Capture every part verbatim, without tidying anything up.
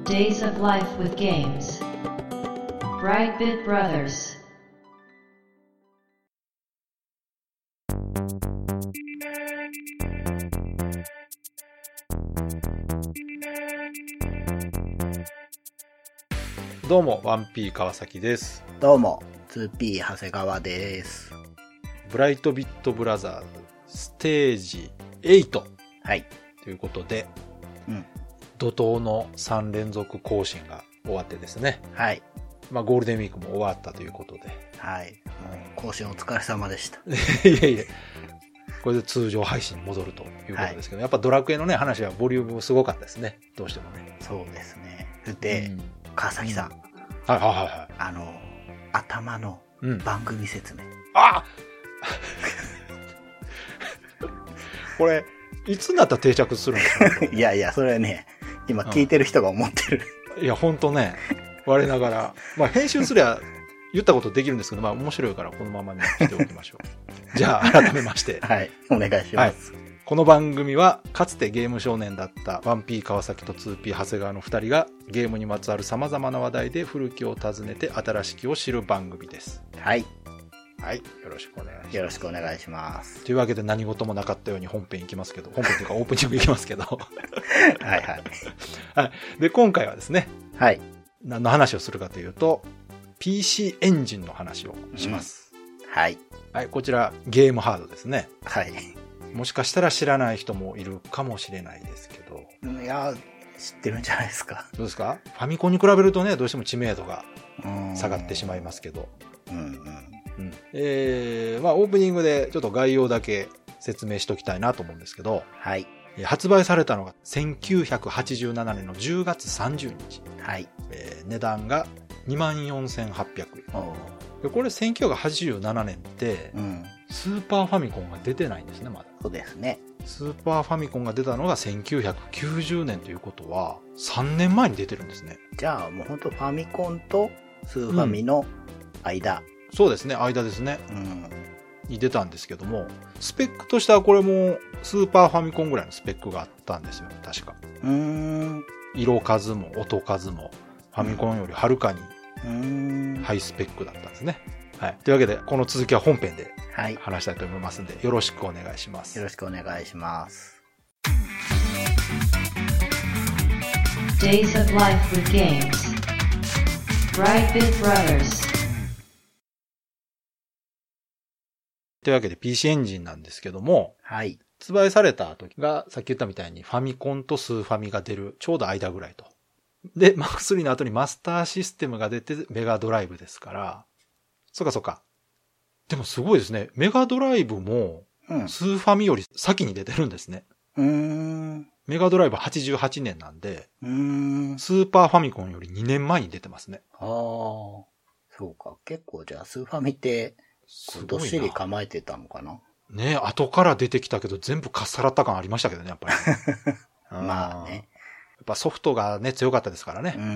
Days of Life with Games Brightbit Brothers どうも ワンピー 川崎です。 どうも ツーピー 長谷川です。 ブライトビットブラザーズステージエイト、 はい、 ということで、 うん、 怒涛のさん連続更新が終わってですね、 はい、 まあゴールデンウィークも終わったということで、 はい、もう更新お疲れ様でした。 いやいや、これで通常配信に戻るということですけど、はい、やっぱドラクエのね話はボリュームすごかったですね。どうしてもね。 そうですね。で、うん、川崎さん、うん、 はいはいはいはい、あの頭の番組説明、うん、 あこれいつになったら定着するんですか？ いやいや、それね、今聞いてる人が思ってる、 うん、いや本当ね、我ながらまあ編集すりゃ言ったことできるんですけど、まあ面白いからこのままにしておきましょう。じゃあ改めましてはいお願いします、 はい。この番組はかつてゲーム少年だった ワンピー 川崎と ツーピー 長谷川のふたりがゲームにまつわる様々な話題で古きを訪ねて新しきを知る番組です。 はいはい、よろしくお願いします。 よろしくお願いします。 というわけで何事もなかったように本編いきますけど、本編というかオープニングいきますけどはいはい、 はい。で今回はですね、 はい、 何の話をするかというと ピーシー エンジンの話をします、 うん、はいはい。こちらゲームハードですね。 はい。 もしかしたら知らない人もいるかもしれないですけど、 いや知ってるんじゃないですか。 どうですか？ファミコンに比べるとね、どうしても知名度が下がってしまいますけど、 うんうんうん、えー、まあオープニングでちょっと概要だけ説明しときたいなと思うんですけど、 はい、 発売されたのがせんきゅうひゃくはちじゅうななねんのじゅうがつさんじゅうにち、 はい、 えー、値段がにまんよんせんはっぴゃくえん。でこれせんきゅうひゃくはちじゅうななねんって、うん、スーパーファミコンが出てないんですね、まだ。 そうですね。 スーパーファミコンが出たのがせんきゅうひゃくきゅうじゅうねんということはさんねんまえに出てるんですね。 じゃあもう本当ファミコンとスーファミの間、 うん、そうですね、間ですね、 うん、 に出たんですけども、スペックとしてはこれもスーパーファミコンぐらいのスペックがあったんですよ、確か。 うーん、 色数も音数もファミコンよりはるかにハイスペックだったんですね。はい。というわけで、この続きは本編で話したいと思いますので、はい、よろしくお願いします。 よろしくお願いします。 Days of Life with Games Brightbit Brothers というわけで ピーシー エンジンなんですけども、 はい。 発売された時が、さっき言ったみたいにファミコンとスーファミが出るちょうど間ぐらいと。で、マックススリーの後にマスターシステムが出てメガドライブですから、そっかそっか。でもすごいですね。メガドライブも、スーファミより先に出てるんですね。 うーん、 メガドライブはちじゅうはちねんなんで、 うーん、 スーパーファミコンよりにねんまえに出てますね。 ああ、そうか。結構じゃあスーファミって、どっしり構えてたのかな。 ねえ、後から出てきたけど全部かっさらった感ありましたけどね、やっぱり。 まあね。 やっぱソフトがね、強かったですからね。 うん。 うん、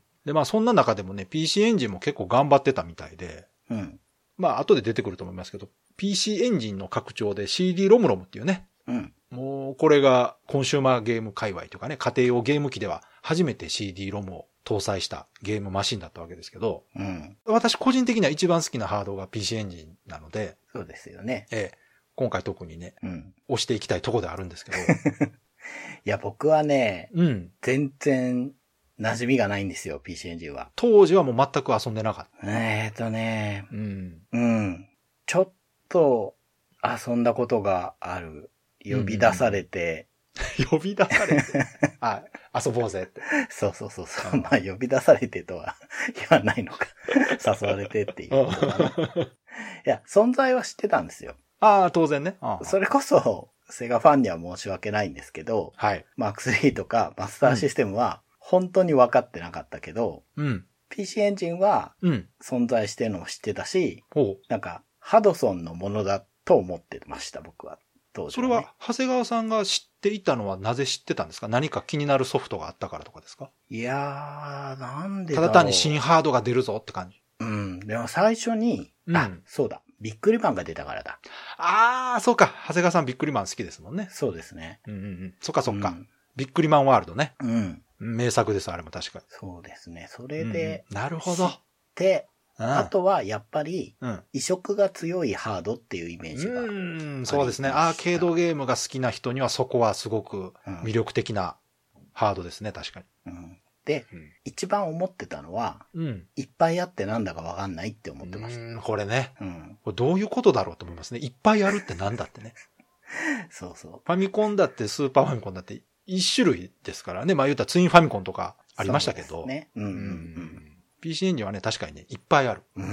で、まあそんな中でもね、ピーシー エンジンも結構頑張ってたみたいで、 うん、 まあ後で出てくると思いますけど、ピーシー エンジンの拡張で シーディー ロムロムっていうね、 うん、 もうこれがコンシューマーゲーム界隈というかね、家庭用ゲーム機では初めて シーディー ロムを搭載したゲームマシンだったわけですけど、 うん、 私個人的には一番好きなハードが ピーシー エンジンなので、 そうですよね。 ええ、今回特にね、 うん、 押していきたいところであるんですけど。 いや、僕はね、 うん、 全然馴染みがないんですよ、ピーシー エンジンは。 当時はもう全く遊んでなかった。 えーとね、 うん。 うん。ちょっと遊んだことがある。呼び出されて。 うん、呼び出されてあ、遊ぼうぜって。 そうそうそうそう。まあ呼び出されてとは言わないのか。誘われてっていうことかな。いや、存在は知ってたんですよ。 ああ、当然ね。ああ、 それこそ、セガファンには申し訳ないんですけど、 はい。 マークスリーとかマスターシステムは本当に分かってなかったけど、 うん、 ピーシー エンジンは存在してるのを知ってたし、 うん、 なんかハドソンのものだと思ってました、僕は。当時はね、 それは長谷川さんが知っていたのはなぜ知ってたんですか？何か気になるソフトがあったからとかですか？ いやー、なんでだろう。 ただ単に新ハードが出るぞって感じ。 うん。でも最初に、うん、あ、そうだ。ビックリマンが出たからだ。 あー、そうか。長谷川さんビックリマン好きですもんね。 そうですね。 うんうんうん。そっかそっか。うん、ビックリマンワールドね。 うん。 名作です、あれも確かに。 そうですね。それで、 うん、なるほど。 で、 うん、 あとはやっぱり、 うん、 移植が強いハードっていうイメージが。 うん、そうですね。アーケードゲームが好きな人にはそこはすごく魅力的なハードですね、確かに。 うん、で、うん、一番思ってたのは、 うん、 いっぱいあってなんだかわかんないって思ってました。 うん、これね、 うん。 これどういうことだろうと思いますね。いっぱいあるってなんだってね。 そうそう。 ファミコンだってスーパーファミコンだって一種類ですからね。まあ言うたらツインファミコンとかありましたけど。 ね。うんうんうん。 ピーシー エンジンはね、確かにね、いっぱいある。 うん、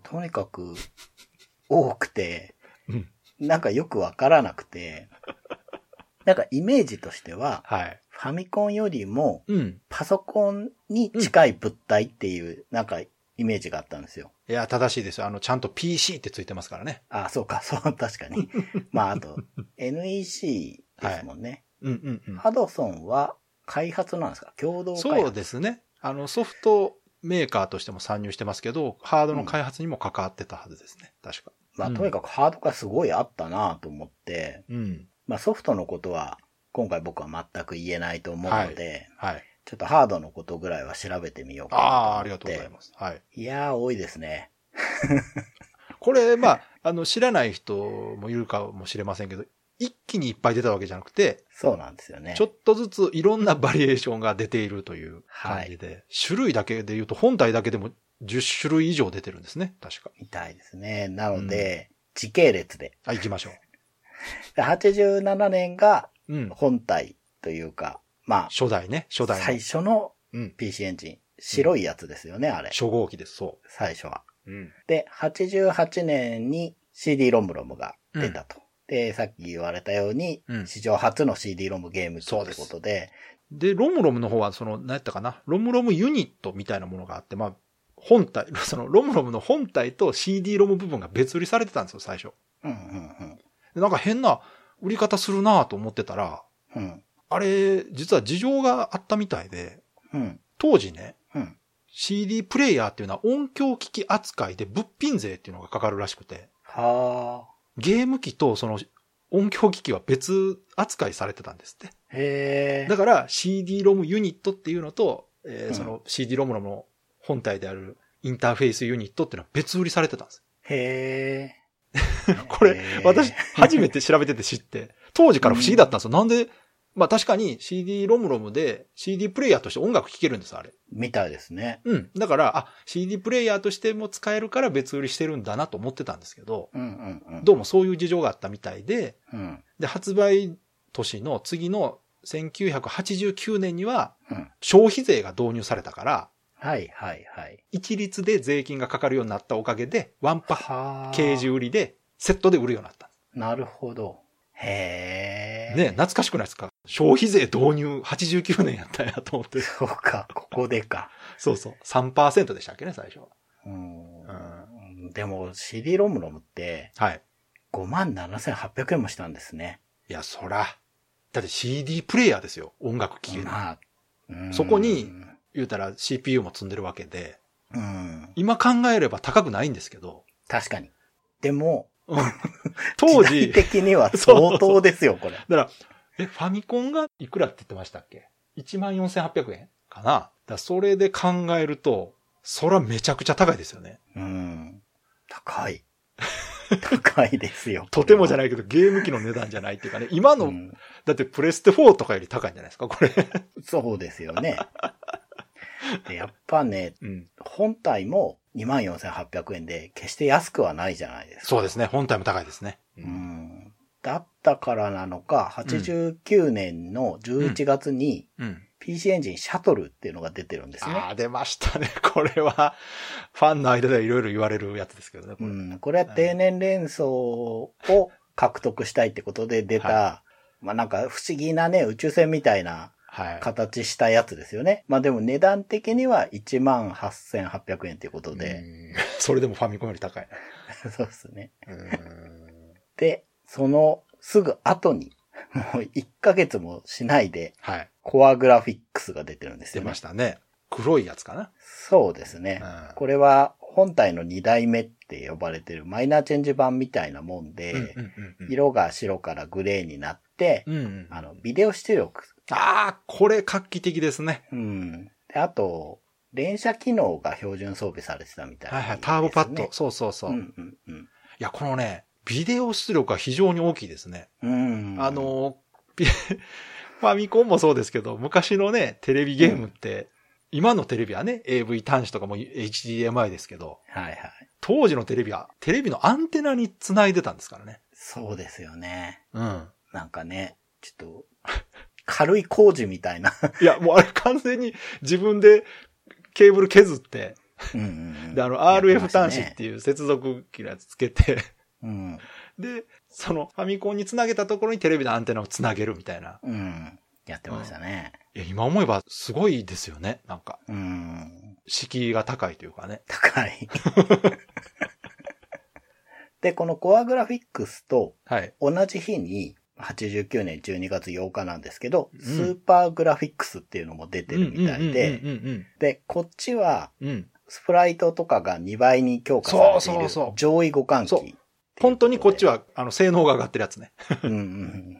とにかく多くて、うん、なんかよくわからなくて、なんかイメージとしては、はい、ファミコンよりも、パソコンに近い物体っていう、なんかイメージがあったんですよ。 いや、正しいですよ。あの、ちゃんと ピーシー ってついてますからね。 あ、そうか、そう、確かに。まあ、あと、エヌイーシー ですもんね。 はい、うんうんうん。 ハドソンは開発なんですか？共同開発？ そうですね。あの、ソフトメーカーとしても参入してますけど、ハードの開発にも関わってたはずですね。うん、確か。 まあ、とにかくハードがすごいあったなと思って、うん。まあ、ソフトのことは、今回僕は全く言えないと思うので、はい。はい、ちょっとハードのことぐらいは調べてみようかなと思って。ああ、ありがとうございます。はい。いやー、多いですね。 これ、まあ、あの、知らない人もいるかもしれませんけど、一気にいっぱい出たわけじゃなくて、 そうなんですよね。 ちょっとずついろんなバリエーションが出ているという感じで、はい、種類だけで言うと本体だけでもじゅっしゅるい以上出てるんですね、確か。 みたいですね。なので、うん、時系列で。 はい、行きましょう。はちじゅうななねんが本体というか、うん、まあ、 初代ね、初代の。 最初の ピーシー エンジン。白いやつですよね、あれ。 初号機です、そう。 最初は。うん、で、はちじゅうはちねんに シーディー ロムロムが出たと。うん、で、さっき言われたように、うん、史上初の シーディー ロムゲームということで。 で、ロムロムの方は、その、何やったかな、ロムロムユニットみたいなものがあって、まあ、本体、その、ロムロムの本体と シーディー ロム部分が別売りされてたんですよ、最初。うんうんうん、なんか変な売り方するなと思ってたら、うん、あれ、実は事情があったみたいで、うん、当時ね、うん、シーディー プレイヤーっていうのは音響機器扱いで物品税っていうのがかかるらしくて。はあ。ゲーム機とその音響機器は別扱いされてたんですって。へー。だから シーディー ロムユニットっていうのと、えー、その シーディー ロムの本体であるインターフェースユニットっていうのは別売りされてたんです。へー。これ、私初めて調べてて知って、当時から不思議だったんですよ。うん、なんで、まあ確かに シーディー ロムロムで シーディー プレイヤーとして音楽聴けるんです、あれ。 みたいですね。 うん。だから、あ、シーディー プレイヤーとしても使えるから別売りしてるんだなと思ってたんですけど、うんうんうん、どうもそういう事情があったみたいで、うん、で、発売年の次のせんきゅうひゃくはちじゅうきゅうねんには、消費税が導入されたから、 うん、はいはいはい。 一律で税金がかかるようになったおかげで、ワンパッケージ売りで、セットで売るようになった。 なるほど。へー。 ね、懐かしくないですか？消費税導入はちじゅうきゅうねんやったんやと思って。 そうか、ここでか。 そうそう。さんパーセント でしたっけね、最初は。うん、うん。でも、シーディー ロムロムって、はい。ごまんななせんはっぴゃくえんもしたんですね。 いや、そら。だって シーディー プレイヤーですよ。音楽聴ける。まあ、そこに、言うたら シーピーユー も積んでるわけで。うん。今考えれば高くないんですけど。 確かに。でも、 当時。 時代的には相当ですよ、これ。 だから、え、ファミコンがいくらって言ってましたっけ ?いちまんよんせんはっぴゃくえんかな。だそれで考えると、そらめちゃくちゃ高いですよね。 うん。高い。高いですよ。 とてもじゃないけど、ゲーム機の値段じゃないっていうかね。今の、うん、だってプレステフォーとかより高いんじゃないですか、これ。 そうですよね。でやっぱね、うん、本体もにまんよんせんはっぴゃくえんで、決して安くはないじゃないですか。 そうですね。本体も高いですね。 うん。うんだったからなのか、はちじゅうきゅうねんのじゅういちがつに、ピーシー エンジンシャトルっていうのが出てるんですね。 ああ、出ましたね。これは、ファンの間ではいろいろ言われるやつですけどね。 これ、うん、これは低年連想を獲得したいってことで出た、はい、まあなんか不思議なね、宇宙船みたいな形したやつですよね。はい、まあでも値段的にはいちまんはっせんはっぴゃくえんということで。 それでもファミコンより高いな。そうですね。で、そのすぐ後に、もういっかげつもしないで、はい、コアグラフィックスが出てるんですよね。 出ましたね。黒いやつかな。 そうですね。うん、これは本体のにだいめって呼ばれてるマイナーチェンジ版みたいなもんで、色が白からグレーになって、うんうん、あのビデオ出力、 ああ、これ画期的ですね。 うん。で、あと、連射機能が標準装備されてたみたいな、ね。 はいはい、ターボパッド。そうそうそう。うんうんうん。いや、このね、ビデオ出力は非常に大きいですね。うん。あの、ファミコンもそうですけど、昔のね、テレビゲームって、うん、今のテレビはね、エーブイ 端子とかも エイチディーエムアイ ですけど、はいはい。当時のテレビは、テレビのアンテナに繋いでたんですからね。 そうですよね。うん。なんかね、ちょっと、軽い工事みたいな。 いや、もうあれ完全に自分でケーブル削って、うんうんうん、で、あの アールエフ 端子っていう接続機のやつつけて、うん、で、そのファミコンにつなげたところにテレビのアンテナをつなげるみたいな。 うん。やってましたね。 うん、いや、今思えばすごいですよね、なんか。うん。敷居が高いというかね。 高い。で、このコアグラフィックスと同じ日に、はちじゅうきゅうねんじゅうにがつようかなんですけど、うん、スーパーグラフィックスっていうのも出てるみたいで、で、こっちは、スプライトとかがにばいに強化されている上位互換機。 本当にこっちは、あの、性能が上がってるやつね。 うんうん。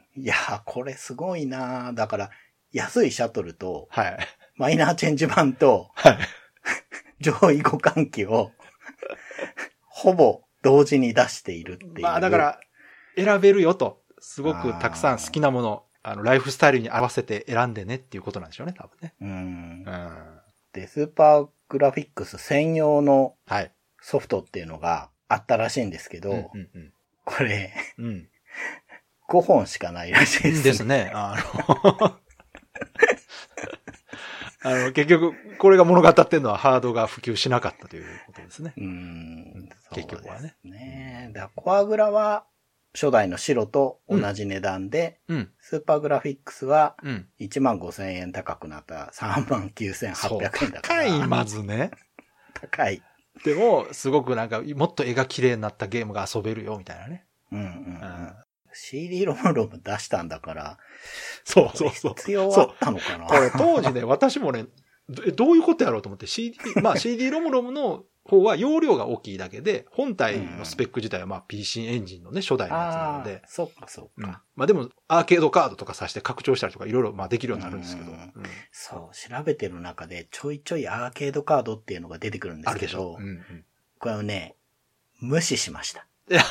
いやー、これすごいなー。だから、安いシャトルと、はい、マイナーチェンジ版と、はい、上位互換機を、ほぼ同時に出しているっていう。 まあだから、選べるよと。すごくたくさん好きなもの、あの、ライフスタイルに合わせて選んでねっていうことなんでしょうね、多分ね。うん。うん、 で、スーパーグラフィックス専用のソフトっていうのがあったらしいんですけど、はいうんうんうん、これ、うん、ごほんしかないらしいですね。 ですね。あの、あの結局、これが物語ってるのはハードが普及しなかったということですね。うん。結局はね。 そうですね。だからコアグラは、初代の白と同じ値段で、うん、スーパーグラフィックスはいちまんごせんえん高くなったさんまんきゅうせんはっぴゃくえんだから。 高い、まずね。 高い。 でも、すごくなんか、もっと絵が綺麗になったゲームが遊べるよ、みたいなね。うんうん、うん。 シーディー ロムロム出したんだから、 そうそうそう。 必要あったのかな。 これ当時ね、私もね、どういうことやろうと思って、シーディー、まあ シーディー ロムロムの方は容量が大きいだけで、本体のスペック自体はまあ ピーシー エンジンのね、初代のやつなので。 そっかそっか、うん。 まあでも、アーケードカードとかさして拡張したりとかいろいろまあできるようになるんですけど。うん、 そう、調べてる中でちょいちょいアーケードカードっていうのが出てくるんですけど、あるでしょ。うんうん、これをね、無視しました。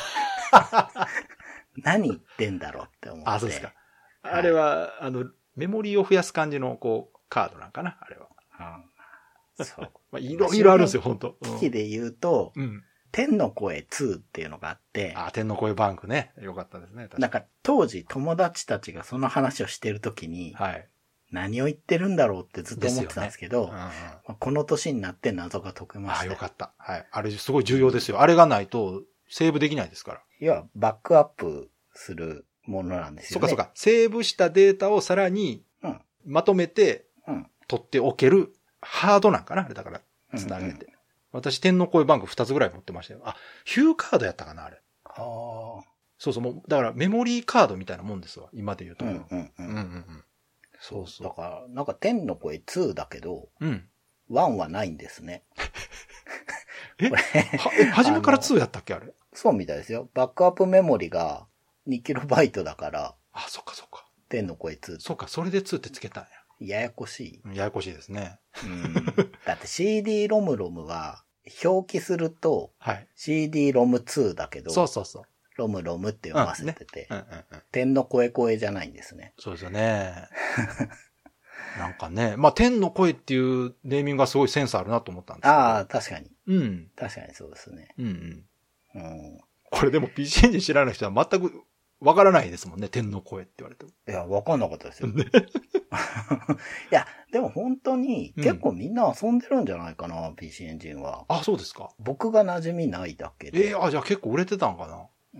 何言ってんだろうって思って。 あ、そうですか。はい、あれは、あの、メモリーを増やす感じのこう、カードなんかな、あれは。うん、そう。まあ、いろいろあるんですよ、本当。 機器で言うと、うん、天の声ツーっていうのがあって。 あ、天の声バンクね。よかったですね。 なんか当時友達たちがその話をしてるときに、はい。何を言ってるんだろうってずっと思ってたんですけど、ねうんうんまあ、この年になって謎が解けました。 あ、よかった。はい。あれすごい重要ですよ。あれがないとセーブできないですから。 要はバックアップするものなんですよね。 そうかそうか。セーブしたデータをさらにまとめて取っておけるハードなんかなあれだからつなげて。うんうん、私天の声バンクふたつぐらい持ってましたよ。あ、ヒューカードやったかなあれ。ああ。そうそう。もうだからメモリーカードみたいなもんですわ。今で言うと。うんうんうん。うんうんうんそうそう。だから、なんか天の声ツーだけど、うん。ワンはないんですね。 えはえ初めからツーやったっけあれ。 そうみたいですよ。バックアップメモリがにキロバイトだから。 あ、そっかそっか。 天の声ツー。 そっか、それでツーってつけたんや。 ややこしい。ややこしいですね。 うん。だって シーディー ロムロムは表記すると、はい。シーディー ロムツーだけど。 そうそうそう。 ロムロムって読ませてて、うんねうんうんうん、天の声声じゃないんですね。 そうですよね。なんかね、まあ天の声っていうネーミングがすごいセンスあるなと思ったんですけど。 ああ、確かに。 うん。 確かにそうですね。うん、 うん。うん。これでも ピーシー エンジン知らない人は全くわからないですもんね、天の声って言われても。 いや、わかんなかったですよ。ね、いや、でも本当に結構みんな遊んでるんじゃないかな、うん、ピーシー エンジンは。 あ、そうですか。 僕が馴染みないだけで。 えー、あ、じゃあ結構売れてたんかな。 うん。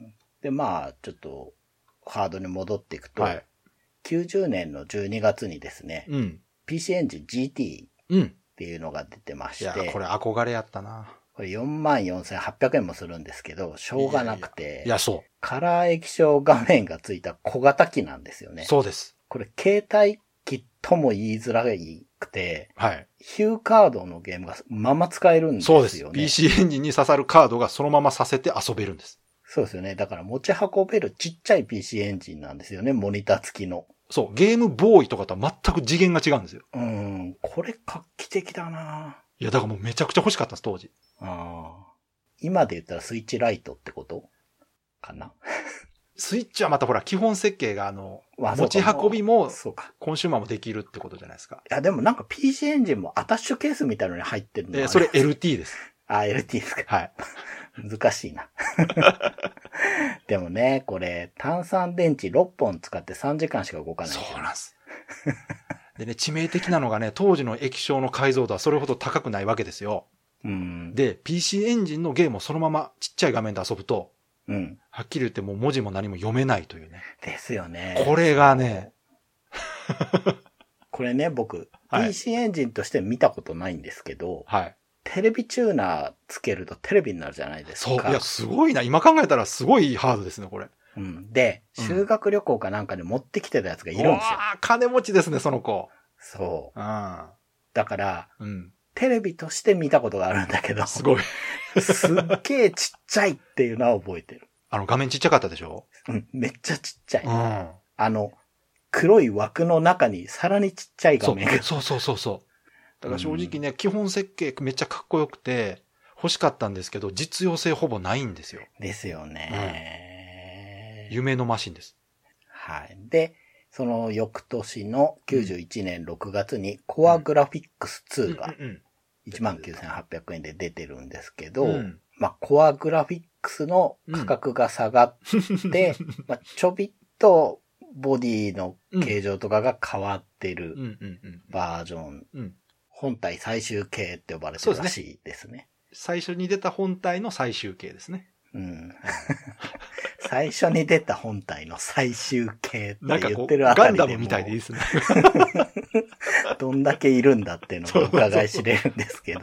で、まあ、ちょっと、ハードに戻っていくと、はい、きゅうじゅうねんのじゅうにがつにですね、うん、ピーシー エンジン ジーティー っていうのが出てまして、うん、 いや、これ憧れやったな。 これ よんまんよんせんはっぴゃくえんもするんですけど、しょうがなくて、いやいや、 いやそう。 カラー液晶画面がついた小型機なんですよね。 そうです。 これ、携帯機とも言いづらくて、はい。ヒューカードのゲームがまま使えるんですよね。そうです。 ピーシー エンジンに刺さるカードがそのままさせて遊べるんです。 そうですよね。だから持ち運べるちっちゃい ピーシー エンジンなんですよね。モニター付きの。 そう、ゲームボーイとかとは全く次元が違うんですよ。 うん、これ画期的だないや、だからもうめちゃくちゃ欲しかったんです、当時。 ああ。今で言ったらスイッチライトってことかなスイッチはまたほら、基本設計があの、持ち運びも、コンシューマーもできるってことじゃないですか。 いや、でもなんか ピーシー エンジンもアタッシュケースみたいなのに入ってるの、 えー、それ エルティー です。 あ、エルティー ですか。 はい。 難しいな。でもね、これ、単三電池ろっぽん使ってさんじかんしか動かない。 そうなんです。でね、致命的なのがね、当時の液晶の解像度はそれほど高くないわけですよ。 うん、 で、ピーシー エンジンのゲームをそのままちっちゃい画面で遊ぶと、 うん、 はっきり言ってもう文字も何も読めないというね。 ですよね。 これがね。 これね、僕、はい、ピーシー エンジンとして見たことないんですけど、 はい。 テレビチューナーつけるとテレビになるじゃないですか。 そう。いや、すごいな。今考えたらすごいハードですね、これ。 うん。で、修学旅行かなんかで持ってきてたやつがいるんですよ。 ああ、金持ちですね、その子。 そう。 うん。 だから、 うん、 テレビとして見たことがあるんだけど。 すごい。 すっげえちっちゃいっていうのは覚えてる。 あの、画面ちっちゃかったでしょ？ うん、めっちゃちっちゃい。 うん。 あの、黒い枠の中にさらにちっちゃい画面が。 そうそうそうそう。だから正直ね、うん、基本設計めっちゃかっこよくて欲しかったんですけど、実用性ほぼないんですよ。 ですよね、 うん。夢のマシンです。 はい。で、その翌年のきゅうじゅういちねんろくがつにコアグラフィックスツーがいちまんきゅうせんはっぴゃくえんで出てるんですけど、うん、まあコアグラフィックスの価格が下がって、うん、まあちょびっとボディの形状とかが変わってるバージョン。うん、本体最終形って呼ばれてるらしいですね。 最初に出た本体の最終形ですね。 うん。最初に出た本体の最終形って言ってるあたりでも。 ガンダムみたいでいいですね。 どんだけいるんだっていうのが伺い知れるんですけど。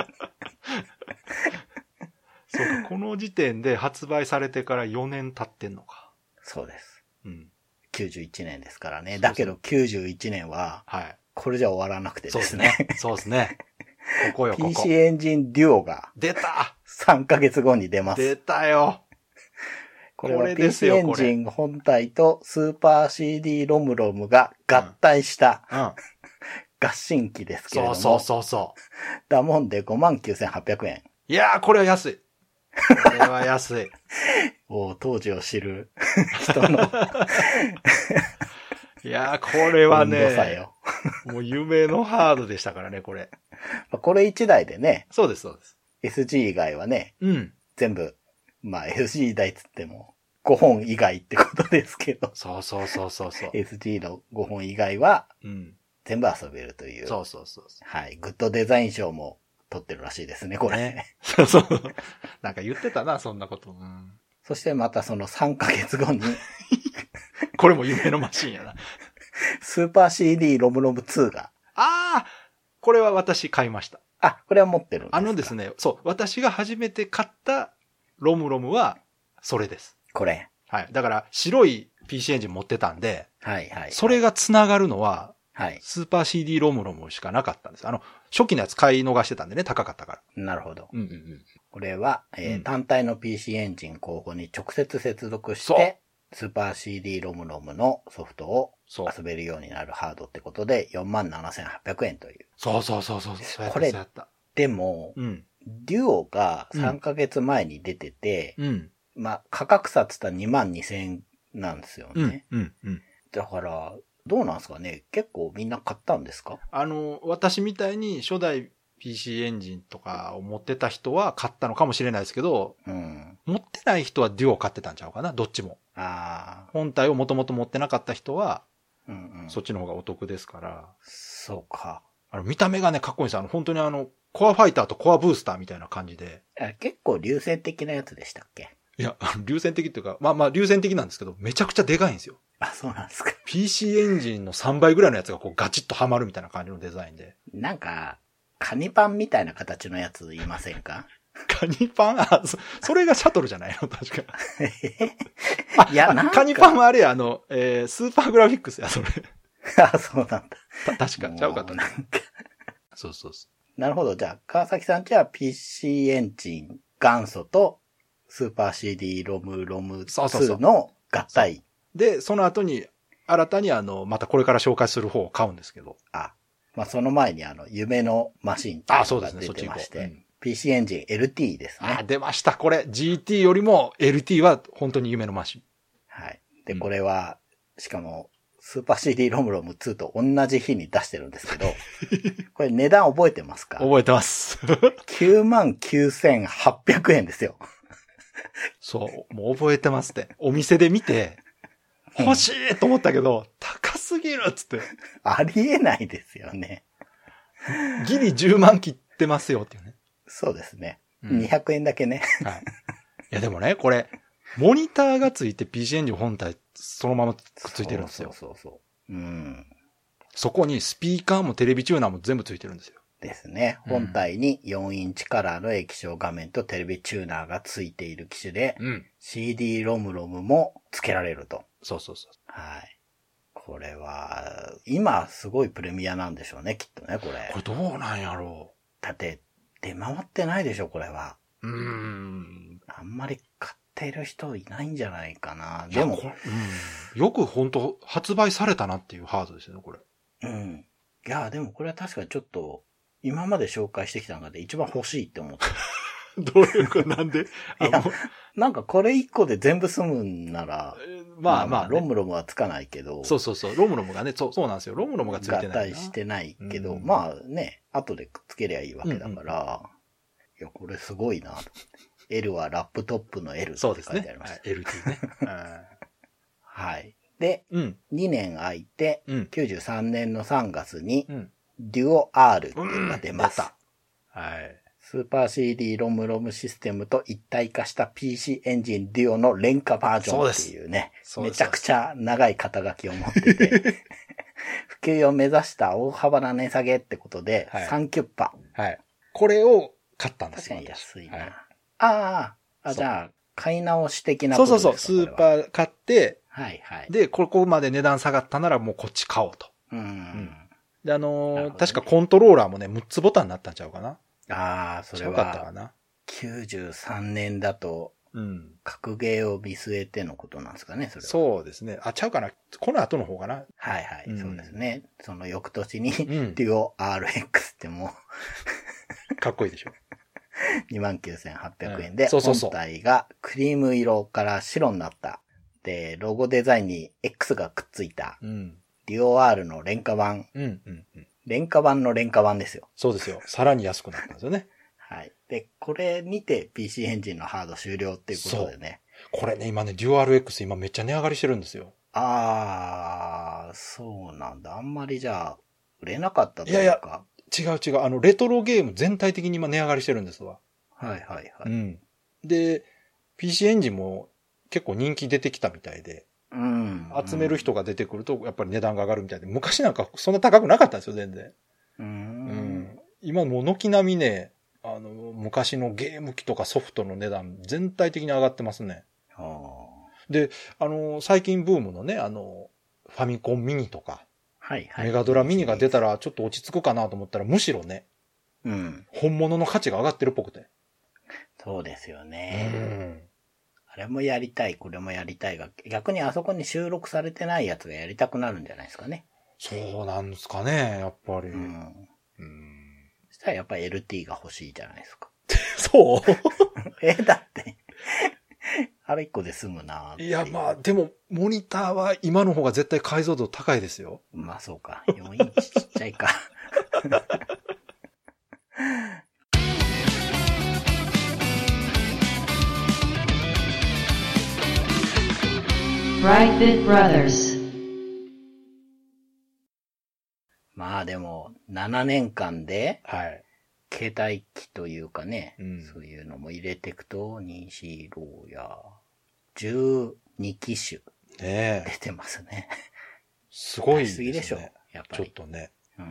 そうか、この時点で発売されてからよねん経ってんのか。 そうです。 うん。 きゅうじゅういちねんですからね。だけどきゅうじゅういちねんは、はい。これじゃ終わらなくてですね。 そうですね。ここよ、ここ。 ピーシー エンジンデュオが。 出た ! さんかげつごに出ます。 出たよこれは ピーシー エンジン本体とスーパー シーディー ロムロムが合体した、うんうん、合心機ですけれども。 そうそうそうそう。 だもんで ごまんきゅうせんはっぴゃくえん。 いやー、これは安い。これは安い。 お当時を知る人の。 いやー、これはね、もう夢のハードでしたからね、これ。 これ一台でね。 そうです、そうです。 エスジー 以外はね、 うん、 全部、まあ エスジー 台つってもごほん以外ってことですけど。 そうそうそうそうそう。 エスジー のごほん以外は、 うん、 全部遊べるという。 そうそうそうそう。 はい。グッドデザイン賞も取ってるらしいですね、これ。ね、 そうそう。なんか言ってたな、そんなこと。うん、 そしてまたそのさんかげつごに。 これも夢のマシンやな。 スーパー シーディー ロムロムツーが。 ああこれは私買いました。 あ、これは持ってるんですか？ あのですね、そう、私が初めて買ったロムロムは、それです。 これ。 はい。だから、白い ピーシー エンジン持ってたんで、 はいはい、はい。 それが繋がるのは、 はい。 スーパー シーディー ロムロムしかなかったんです。あの、初期のやつ買い逃してたんでね、高かったから。 なるほど。 うんうんうん。 これは、えーうん、単体の ピーシー エンジン候補に直接接続して、スーパー シーディー ロムロムのソフトを遊べるようになるハードってことで よんまんななせんはっぴゃくえんという。 そうそうそうそう。そうこれ、でも、 うん、 デュオがさんかげつまえに出てて、 うん、 まあ、価格差って言ったらにまんにせんえんなんですよね。 うんうんうん、 だから、どうなんですかね？結構みんな買ったんですか？ あの、私みたいに初代ピーシー エンジンとかを持ってた人は買ったのかもしれないですけど、 うん、 持ってない人はデュオ買ってたんちゃうかな、どっちも。 あ本体をもともと持ってなかった人は、 うんうん、 そっちの方がお得ですから。 そうか。 あの見た目がね、かっこいいんですよ。あの、本当にあの、コアファイターとコアブースターみたいな感じで。 結構流線的なやつでしたっけ？ いや、流線的っていうか、まあまあ流線的なんですけど、めちゃくちゃでかいんですよ。 あ、そうなんですか。 ピーシー エンジンのさんばいぐらいのやつがこうガチッとはまるみたいな感じのデザインで。 なんか、カニパンみたいな形のやつ言いませんか？ カニパンあ、そ、それがシャトルじゃないの確か。 あ、いや、なんか。 カニパンはあれや、あの、えー、スーパーグラフィックスや、それ。 あ、そうなんだ。 た、確か、ちゃうかった。 なんか。 そうそうそう。 なるほど。じゃあ、川崎さんちは ピーシー エンジン元祖とスーパー シーディー ロムロムツーの合体。 で、その後に新たにあの、またこれから紹介する方を買うんですけど。 あ、まあ、その前にあの、夢のマシンっていうのが出てまして、ねうん、ピーシー エンジン エルティー ですね。 あ、出ました。これ ジーティー よりも エルティー は本当に夢のマシン。 はい。で、これは、うん、しかも、スーパー シーディー ロムロムツーと同じ日に出してるんですけど、これ値段覚えてますか？ 覚えてます。 きゅうまんきゅうせんはっぴゃくえんですよ。 そう、もう覚えてますって。お店で見て、欲しいと思ったけど、うん、高すぎるっつって。 ありえないですよね。 ギリじゅうまん切ってますよっていうね。 そうですね。うん、にひゃくえんだけね。 はい。いやでもね、これ、モニターがついて ピーシー エンジン本体そのままくっついてるんですよ。 そうそうそう。うん。 そこにスピーカーもテレビチューナーも全部ついてるんですよ。 ですね。本体によんインチカラーの液晶画面とテレビチューナーがついている機種で、うん、シーディー ロムロムも付けられると。 そうそうそう。 はい。これは、今すごいプレミアなんでしょうね、きっとね、これ。 これどうなんやろう。だって、出回ってないでしょ、これは。 うーん。 あんまり買ってる人いないんじゃないかな。でも、 うん、よく本当発売されたなっていうハードですよね、これ。 うん。いや、でもこれは確かにちょっと、今まで紹介してきた中で一番欲しいって思った。 どういうか、なんでいや、なんかこれ一個で全部済むんなら、まあまあ、ロムロムはつかないけど。 そうそうそう、ロムロムがね、そう、そうなんですよ。ロムロムがついてないな。 合体してないけど、うん、まあね、後でくっつけりゃいいわけだから、うんうん、いや、これすごいなと思って。L はラップトップの L って書いてありました。 そうですね。はい、エルティー ね。 はい。で、うん、にねん空いて、うん、きゅうじゅうさんねんのさんがつに、うん、デュオ R っていうのが出ます。 うん、はい。 スーパー シーディー ロムロムシステムと一体化した ピーシー エンジンデュオの廉価バージョンっていうね、めちゃくちゃ長い肩書きを持ってて、普及を目指した大幅な値下げってことで、はい、さんキュッパ。 はい。これを買ったんですよ。 確かに安いな。はい、ああ、あ、じゃあ、買い直し的なことですか？ そうそうそう、スーパー買って、 はいはい。 で、ここまで値段下がったならもうこっち買おうと。 うん。うん、 で、あのーね、確かコントローラーもね、むっつボタンになったんちゃうかな。 ああ、それは。 よかったかな。 きゅうじゅうさんねんだと、うん。格ゲーを見据えてのことなんですかね、それは。 そうですね。あ、ちゃうかな。この後の方かな。 はいはい、うん、そうですね。その翌年に、うん、デュオ アールエックス ってもう。かっこいいでしょ。 にまんきゅうせんはっぴゃくえんで、うん、そうそうそう。本体がクリーム色から白になった。で、ロゴデザインに X がくっついた。うん、デュオ R の廉価版。うんうんうん。廉価版の廉価版ですよ。 そうですよ。さらに安くなったんですよね。 はい。で、これにて ピーシー エンジンのハード終了っていうことでね。 これね、今ね、デュオ アールエックス 今めっちゃ値上がりしてるんですよ。 あー、そうなんだ。あんまりじゃあ、売れなかったというか。いやいや、 違う違う。あの、レトロゲーム全体的に今値上がりしてるんですわ。 はいはいはい。 うん。で、ピーシー エンジンも結構人気出てきたみたいで。 うん。 集める人が出てくると、やっぱり値段が上がるみたいで。昔なんかそんな高くなかったんですよ、全然。 うん。うん、 今もう軒並みね、あの、昔のゲーム機とかソフトの値段全体的に上がってますね。で、あの、最近ブームのね、あの、ファミコンミニとか、 はいはい、 メガドラミニが出たらちょっと落ち着くかなと思ったら、むしろね、 うん、 本物の価値が上がってるっぽくて。 そうですよね。うん、あれもやりたい、これもやりたいが、逆にあそこに収録されてないやつがやりたくなるんじゃないですかね。 そうなんですかね、やっぱり。 うんうんそしたらやっぱり エルティー が欲しいじゃないですか。 そうえ、だって、あれ一個で済むな。 いや、まあ、でも、モニターは今の方が絶対解像度高いですよ。 まあそうか。よんインチちっちゃいか。 Brightbit Brothers。 まあでも、ななねんかんで、 はい。 携帯機というかね、 うん、 そういうのも入れていくと、に、よん、ろうや、じゅうにきしゅ出てますね。 すごいですね。 すぎでしょ、やっぱり。 ちょっとね。 うん、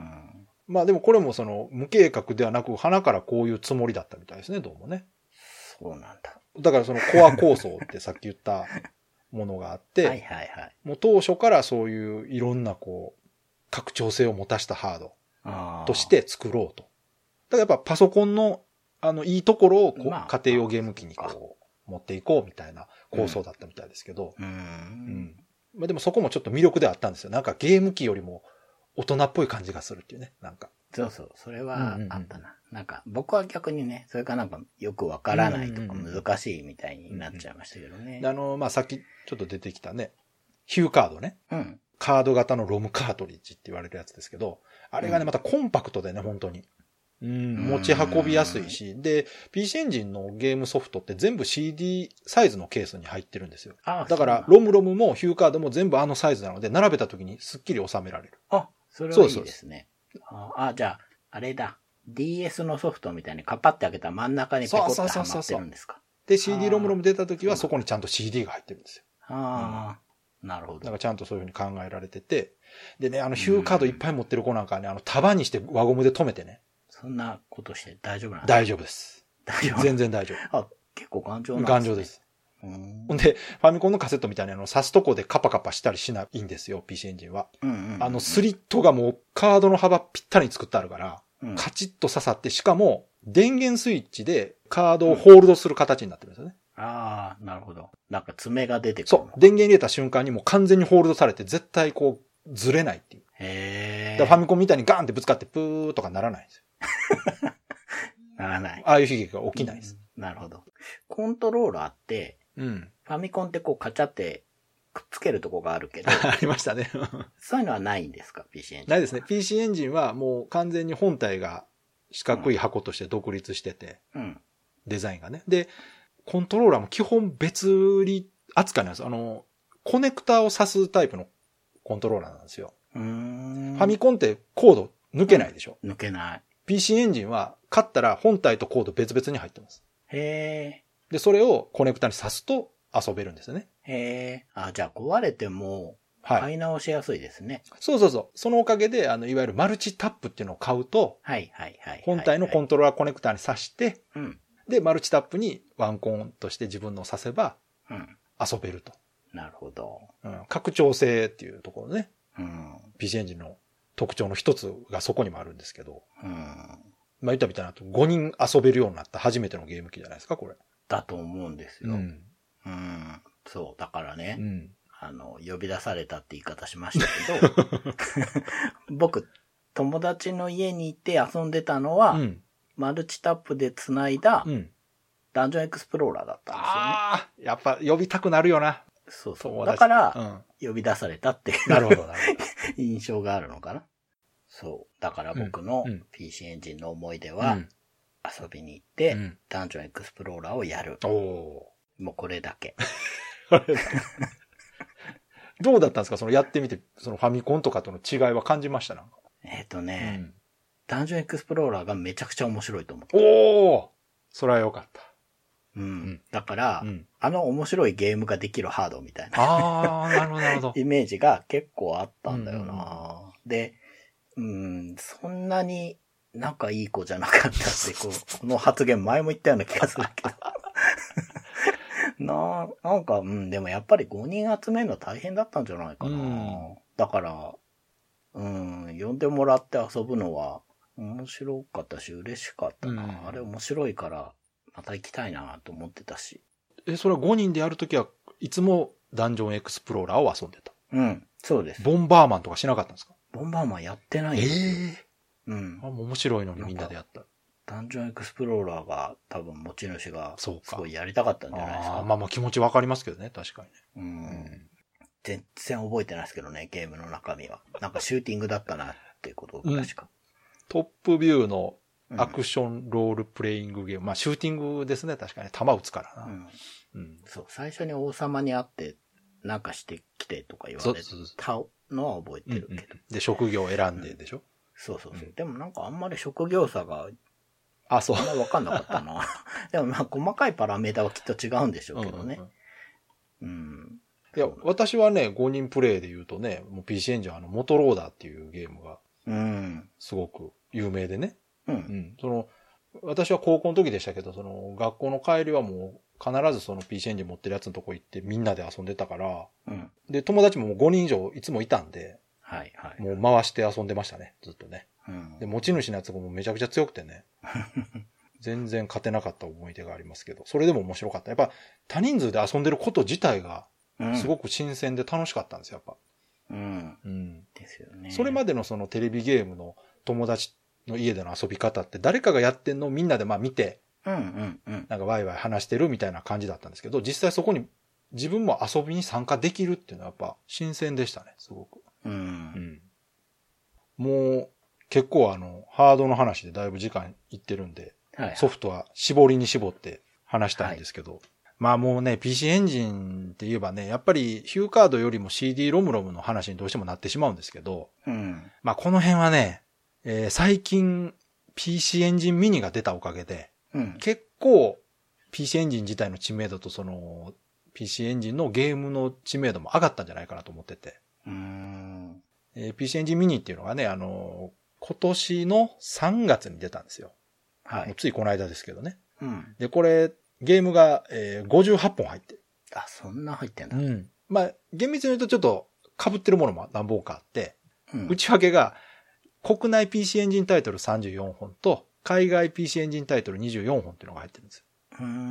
まあでもこれもその無計画ではなく、鼻からこういうつもりだったみたいですね、どうもね。 そうなんだ。 だからそのコア構想ってさっき言ったものがあって、 はいはいはい。 もう当初からそういういろんなこう、拡張性を持たしたハードとして作ろうと。だからやっぱパソコンのあのいいところをこう、まあ、家庭用ゲーム機にこう持っていこうみたいな構想だったみたいですけど。 うんうんまあでもそこもちょっと魅力であったんですよ。なんかゲーム機よりも大人っぽい感じがするっていうね。なんか。 そうそう。それはあったな。うんうんうん、なんか僕は逆にね、それかなんかよくわからないとか難しいみたいになっちゃいましたけどね。 うんうん、あの、まあさっきちょっと出てきたね、ヒューカードね。 うん。 カード型のロムカートリッジって言われるやつですけど、あれがね、またコンパクトでね、本当に。うん、持ち運びやすいし、で、ピーシー エンジンのゲームソフトって全部 シーディー サイズのケースに入ってるんですよ。ああ、だから、ロムロムもヒューカードも全部あのサイズなので、並べた時にスッキリ収められる。 あ、それはいいですね。ああ、じゃあ、あれだ。ディーエス のソフトみたいにカパって開けたら真ん中にペコッとはまってるんですか。 で、シーディー ロムロム出た時はそこにちゃんと シーディー が入ってるんですよ。 ああ、うん、なるほど。 だからちゃんとそういうふうに考えられてて、でね、あのヒューカードいっぱい持ってる子なんかね、あの束にして輪ゴムで留めてね。 そんなことして大丈夫なんですか？ 大丈夫です。大丈夫。全然大丈夫。 あ、結構頑丈なんですね。 頑丈です。ほんで、ファミコンのカセットみたいにあの、刺すとこでカパカパしたりしないんですよ、ピーシー エンジンは。 うんうんうん、 あの、スリットがもうカードの幅ぴったりに作ってあるから、うん、カチッと刺さって、しかも電源スイッチでカードをホールドする形になってるんですよね。 うん、ああ、なるほど。なんか爪が出てくる。 そう。電源入れた瞬間にもう完全にホールドされて絶対こう、ずれないっていう。 へー。 だからファミコンみたいにガーンってぶつかってプーとかならないんですよ。 ならない。 ああいう悲劇が起きないです、 うん。なるほど。コントローラーって、うん、ファミコンってこうカチャってくっつけるとこがあるけど。 ありましたね。 そういうのはないんですか ?ピーシー エンジン。 ないですね。ピーシー エンジンはもう完全に本体が四角い箱として独立してて、うん、デザインがね。で、コントローラーも基本別売扱いなんです。あの、コネクターを挿すタイプのコントローラーなんですよ。 うーん、 ファミコンってコード抜けないでしょ、 うん、抜けない。 ピーシー エンジンは買ったら本体とコード別々に入ってます。 へー。で、それをコネクタに挿すと遊べるんですよね。 へー。あ、じゃあ壊れても買い直しやすいですね。 はい、そうそうそう。そのおかげで、あの、いわゆるマルチタップっていうのを買うと、 はいはいはい。 本体のコントローラーコネクタに挿して、 うん、 で、マルチタップにワンコンとして自分のを挿せば、遊べると。 うん、なるほど。 うん。拡張性っていうところね。 うん、 ピーシー エンジンの特徴の一つがそこにもあるんですけど。 うん、 まあ言ったみたいなとごにん遊べるようになった初めてのゲーム機じゃないですか、これ。 だと思うんですよ。 うん。 うん、そう。だからね、 うん、 あの、呼び出されたって言い方しましたけど、僕、友達の家に行って遊んでたのは、うん、マルチタップで繋いだ、うん、ダンジョンエクスプローラーだったんですよね。 ああ、やっぱ呼びたくなるよな。 そうそう。だから、うん、呼び出されたっていう。 なるほど、なるほど。 印象があるのかな。そう。だから僕の ピーシー エンジンの思い出は、うん、遊びに行って、うん、ダンジョンエクスプローラーをやる。 おもうこれだけ。 どうだったんですかそのやってみて、そのファミコンとかとの違いは感じましたなんか。 えっ、ー、とね、うん、ダンジョンエクスプローラーがめちゃくちゃ面白いと思った。 おおそれはよかった。 うん。うん、だから、うん、あの面白いゲームができるハードみたいな。 ああ、なるほど、なるほど。 イメージが結構あったんだよな、うんうん、で、うん、そんなに仲いい子じゃなかったって、こう、この発言前も言ったような気がするけど。な、なんか、うん、でもやっぱりごにん集めるの大変だったんじゃないかな。うん、だから、うん、呼んでもらって遊ぶのは面白かったし、嬉しかったな。うん、あれ面白いから、また行きたいなと思ってたし。 え、それはごにんでやるときはいつもダンジョンエクスプローラーを遊んでた？ うん、そうです。 ボンバーマンとかしなかったんですか？ ボンバーマンやってないんですよ。えー、うん。 あ、面白いのにみんなでやった。 ダンジョンエクスプローラーが多分持ち主がすごいやりたかったんじゃないですか。 あまあまあ気持ちわかりますけどね、確かにね。 うん。うん、全然覚えてないですけどね、ゲームの中身は。なんかシューティングだったなっていうことぐらいしか、うん。 トップビューのアクションロールプレイングゲーム。うん、まあシューティングですね、確かに。弾撃つからな。うん。 うん、そう、最初に王様に会って、なんかしてきてとか言われたのは覚えてるけど。うんうん、 で、職業を選んででしょ、うん、 そうそうそう、うん。でもなんかあんまり職業差が、 あ、そう。 あんまりわかんなかったな。でもまあ細かいパラメータはきっと違うんでしょうけどね。うん、うんうん。 いや、私はね、ごにんプレイで言うとね、もう ピーシー エンジンあの、モトローダーっていうゲームが、うん。すごく有名でね。うん。うん。その、私は高校の時でしたけど、その、学校の帰りはもう、必ずその ピーシー エンジン持ってるやつのとこ行ってみんなで遊んでたから、うん。で、友達ももうごにん以上いつもいたんで、 はいはい。 もう回して遊んでましたね、ずっとね。うん。で、持ち主のやつがもうめちゃくちゃ強くてね。全然勝てなかった思い出がありますけど、それでも面白かった。やっぱ多人数で遊んでること自体がすごく新鮮で楽しかったんですよ、やっぱ。 うん。 うん。 ですよね。 それまでのそのテレビゲームの友達の家での遊び方って誰かがやってんのをみんなでまあ見て、 うんうんうん。 なんかワイワイ話してるみたいな感じだったんですけど、実際そこに自分も遊びに参加できるっていうのはやっぱ新鮮でしたね、すごく。 うん。 うん、もう結構あの、ハードの話でだいぶ時間いってるんで、はいはい、ソフトは絞りに絞って話したいんですけど、はい、まあもうね、ピーシー エンジンって言えばね、やっぱりヒューカードよりも シーディー ロムロムの話にどうしてもなってしまうんですけど、 うん、まあこの辺はね、えー、最近 ピーシー エンジンミニが出たおかげで、うん、結構 ピーシー エンジン自体の知名度とその ピーシー エンジンのゲームの知名度も上がったんじゃないかなと思ってて、 うーんえー、ピーシー エンジンミニっていうのがね、あのー、今年のさんがつに出たんですよ。はい。もうついこの間ですけどね。 うん。 で、これ、ゲームが、えー、ごじゅうはっぽん入ってる。 あ、そんな入ってんだ。 うん。まあ、厳密に言うとちょっと被ってるものも何本かあって、 うん、 内訳が、国内 ピーシー エンジンタイトルさんじゅうよんほんと、海外 ピーシー エンジンタイトルにじゅうよんほんっていうのが入ってるんですよ。 うーん。うん。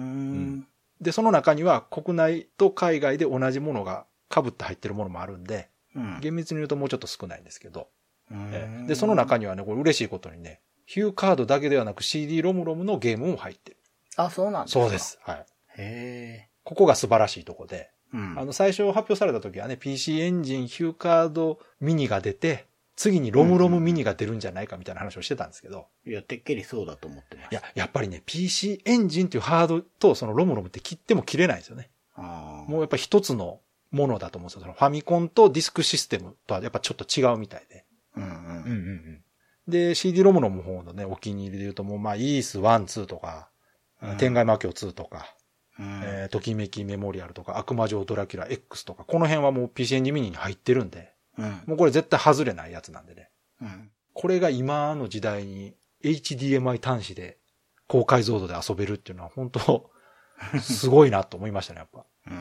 で、その中には国内と海外で同じものが被って入ってるものもあるんで、うん、厳密に言うともうちょっと少ないんですけど、 うんで、その中にはね、これ嬉しいことにね、ヒューカードだけではなく シーディー ロムロムのゲームも入ってる。 あ、そうなんですか？ そうです。はい。 へー。 ここが素晴らしいとこで、 うん、 あの、最初発表された時はね、ピーシー エンジンヒューカードミニが出て、次にロムロムミニが出るんじゃないかみたいな話をしてたんですけど。 いや、てっきりそうだと思ってました。 いや、やっぱりね、ピーシー エンジンっていうハードとそのロムロムって切っても切れないんですよね。 あもうやっぱ一つのものだと思うんですよ。そのファミコンとディスクシステムとはやっぱちょっと違うみたいで。 うんうん。 うんうんうん。で、シーディー ロムロムの方のね、お気に入りで言うともう、まあ、イースいち、にとか、うん、天外魔境にとか、うんえー、ときめきメモリアルとか、悪魔城ドラキュラ X とか、この辺はもう ピーシー エンジンミニに入ってるんで、 うん、 もうこれ絶対外れないやつなんでね。 うん、 これが今の時代に エイチディーエムアイ 端子で高解像度で遊べるっていうのは本当すごいなと思いましたね、やっぱ。 うん、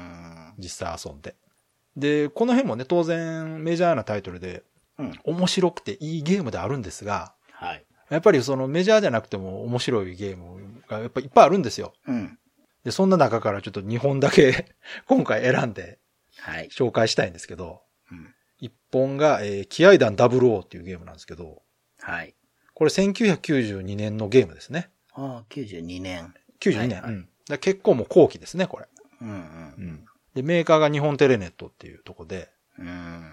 実際遊んで。で、この辺もね、当然メジャーなタイトルで、 うん、 面白くていいゲームであるんですが、 はい。 やっぱりそのメジャーじゃなくても面白いゲームがやっぱいっぱいあるんですよ。 うん。 で、そんな中からちょっとにほんだけ今回選んで、 はい。 紹介したいんですけど、 うん。 いっぽんが、えー、キアイダンダブルオーっていうゲームなんですけど、 はい。 これせんきゅうひゃくきゅうじゅうにねんのゲームですね。 ああ、きゅうじゅうにねん。 きゅうじゅうにねん。はいはい、うん。だ結構もう後期ですね、これ。 うんうん。うん 。で、メーカーが日本テレネットっていうとこで、 うん。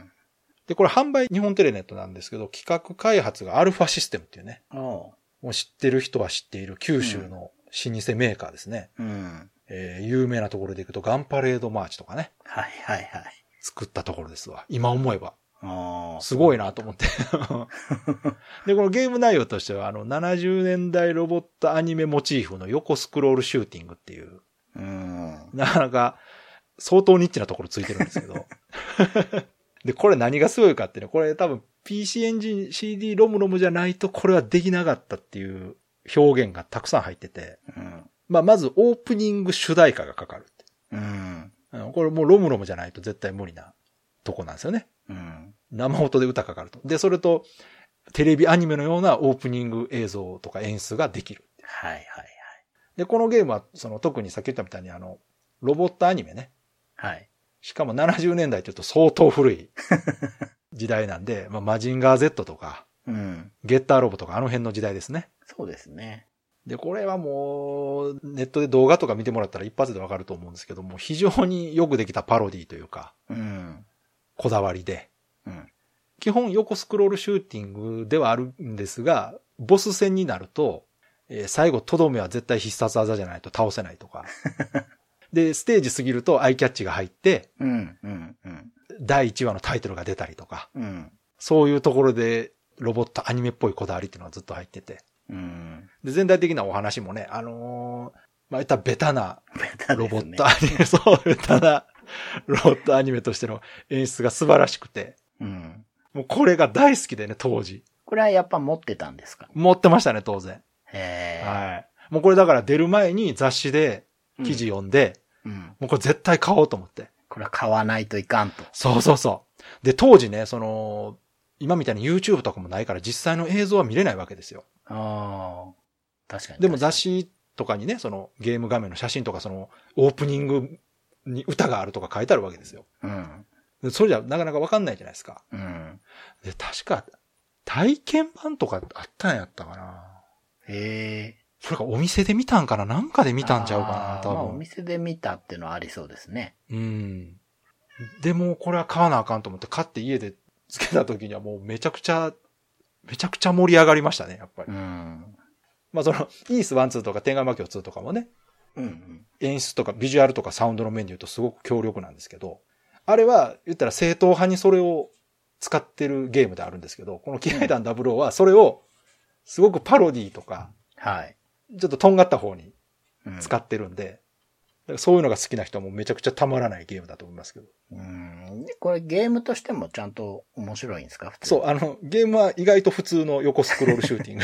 で、これ販売日本テレネットなんですけど、企画開発がアルファシステムっていうね。 ああ。 もう知ってる人は知っている九州の老舗メーカーですね。 うん。 えー、有名なところでいくとガンパレードマーチとかね。 はいはいはい。 作ったところですわ。今思えば。 あすごいなと思って。で、このゲーム内容としては、あの、ななじゅうねんだいロボットアニメモチーフの横スクロールシューティングっていう。 うん。 なかなか相当ニッチなところついてるんですけど。で、これ何がすごいかってね、これ多分 ピーシー エンジン シーディー ロムロムじゃないとこれはできなかったっていう表現がたくさん入ってて。 うん、 まあ、まずオープニング主題歌がかかるって。 うん。 これもうロムロムじゃないと絶対無理なとこなんですよね。 うん。 生音で歌かかると。で、それと、テレビアニメのようなオープニング映像とか演出ができる。 はいはいはい。 で、このゲームは、その特にさっき言ったみたいにあの、ロボットアニメね。 はい。 しかもななじゅうねんだいって言うと相当古い時代なんで、まあ、マジンガー Z とか、 うん。 ゲッターロボとかあの辺の時代ですね。 そうですね。 で、これはもう、ネットで動画とか見てもらったら一発でわかると思うんですけども、非常によくできたパロディというか、 うん。 こだわりで、 うん。 基本横スクロールシューティングではあるんですが、ボス戦になると、えー、最後とどめは絶対必殺技じゃないと倒せないとか。で、ステージ過ぎるとアイキャッチが入って、 うんうんうん、 だいいちわのタイトルが出たりとか、 うん、 そういうところでロボットアニメっぽいこだわりっていうのがずっと入ってて。 うん、 で、全体的なお話もね、あのー、まあ、言ったらベタなロボッね、 トアニメ、そう、ベタなロボットアニメとしての演出が素晴らしくて、 うん、 もうこれが大好きでね、当時。 これはやっぱ持ってたんですか？ 持ってましたね、当然。 へー。 はい。もうこれだから出る前に雑誌で記事読んで、 うん、 もうこれ絶対買おうと思って。 これは買わないといかんと。 そうそうそう。で、当時ね、その、今みたいに YouTube とかもないから実際の映像は見れないわけですよ。 ああ。確かに。 でも雑誌とかにね、そのゲーム画面の写真とかそのオープニングに歌があるとか書いてあるわけですよ。 うん。 それじゃなかなかわかんないじゃないですか。 うん。 で、確か、体験版とかあったんやったかな。 へえ。 それかお店で見たんかな、なんかで見たんちゃうかな、多分。 まあお店で見たっていうのはありそうですね。 うん。でもこれは買わなあかんと思って買って家でつけた時にはもうめちゃくちゃ、めちゃくちゃ盛り上がりましたね、やっぱり。 うん。 まあその、イースワンツーとか天下魔境ツーとかもね、 うんうん、 演出とかビジュアルとかサウンドの面で言うとすごく強力なんですけど、あれは言ったら正統派にそれを使ってるゲームであるんですけど、この機械弾ダブルオーはそれをすごくパロディとか、 はい。 ちょっととんがった方に使ってるんで、うん、だからそういうのが好きな人はもうめちゃくちゃたまらないゲームだと思いますけど。 うん。これゲームとしてもちゃんと面白いんですか？普通。 そう、あの、ゲームは意外と普通の横スクロールシューティング。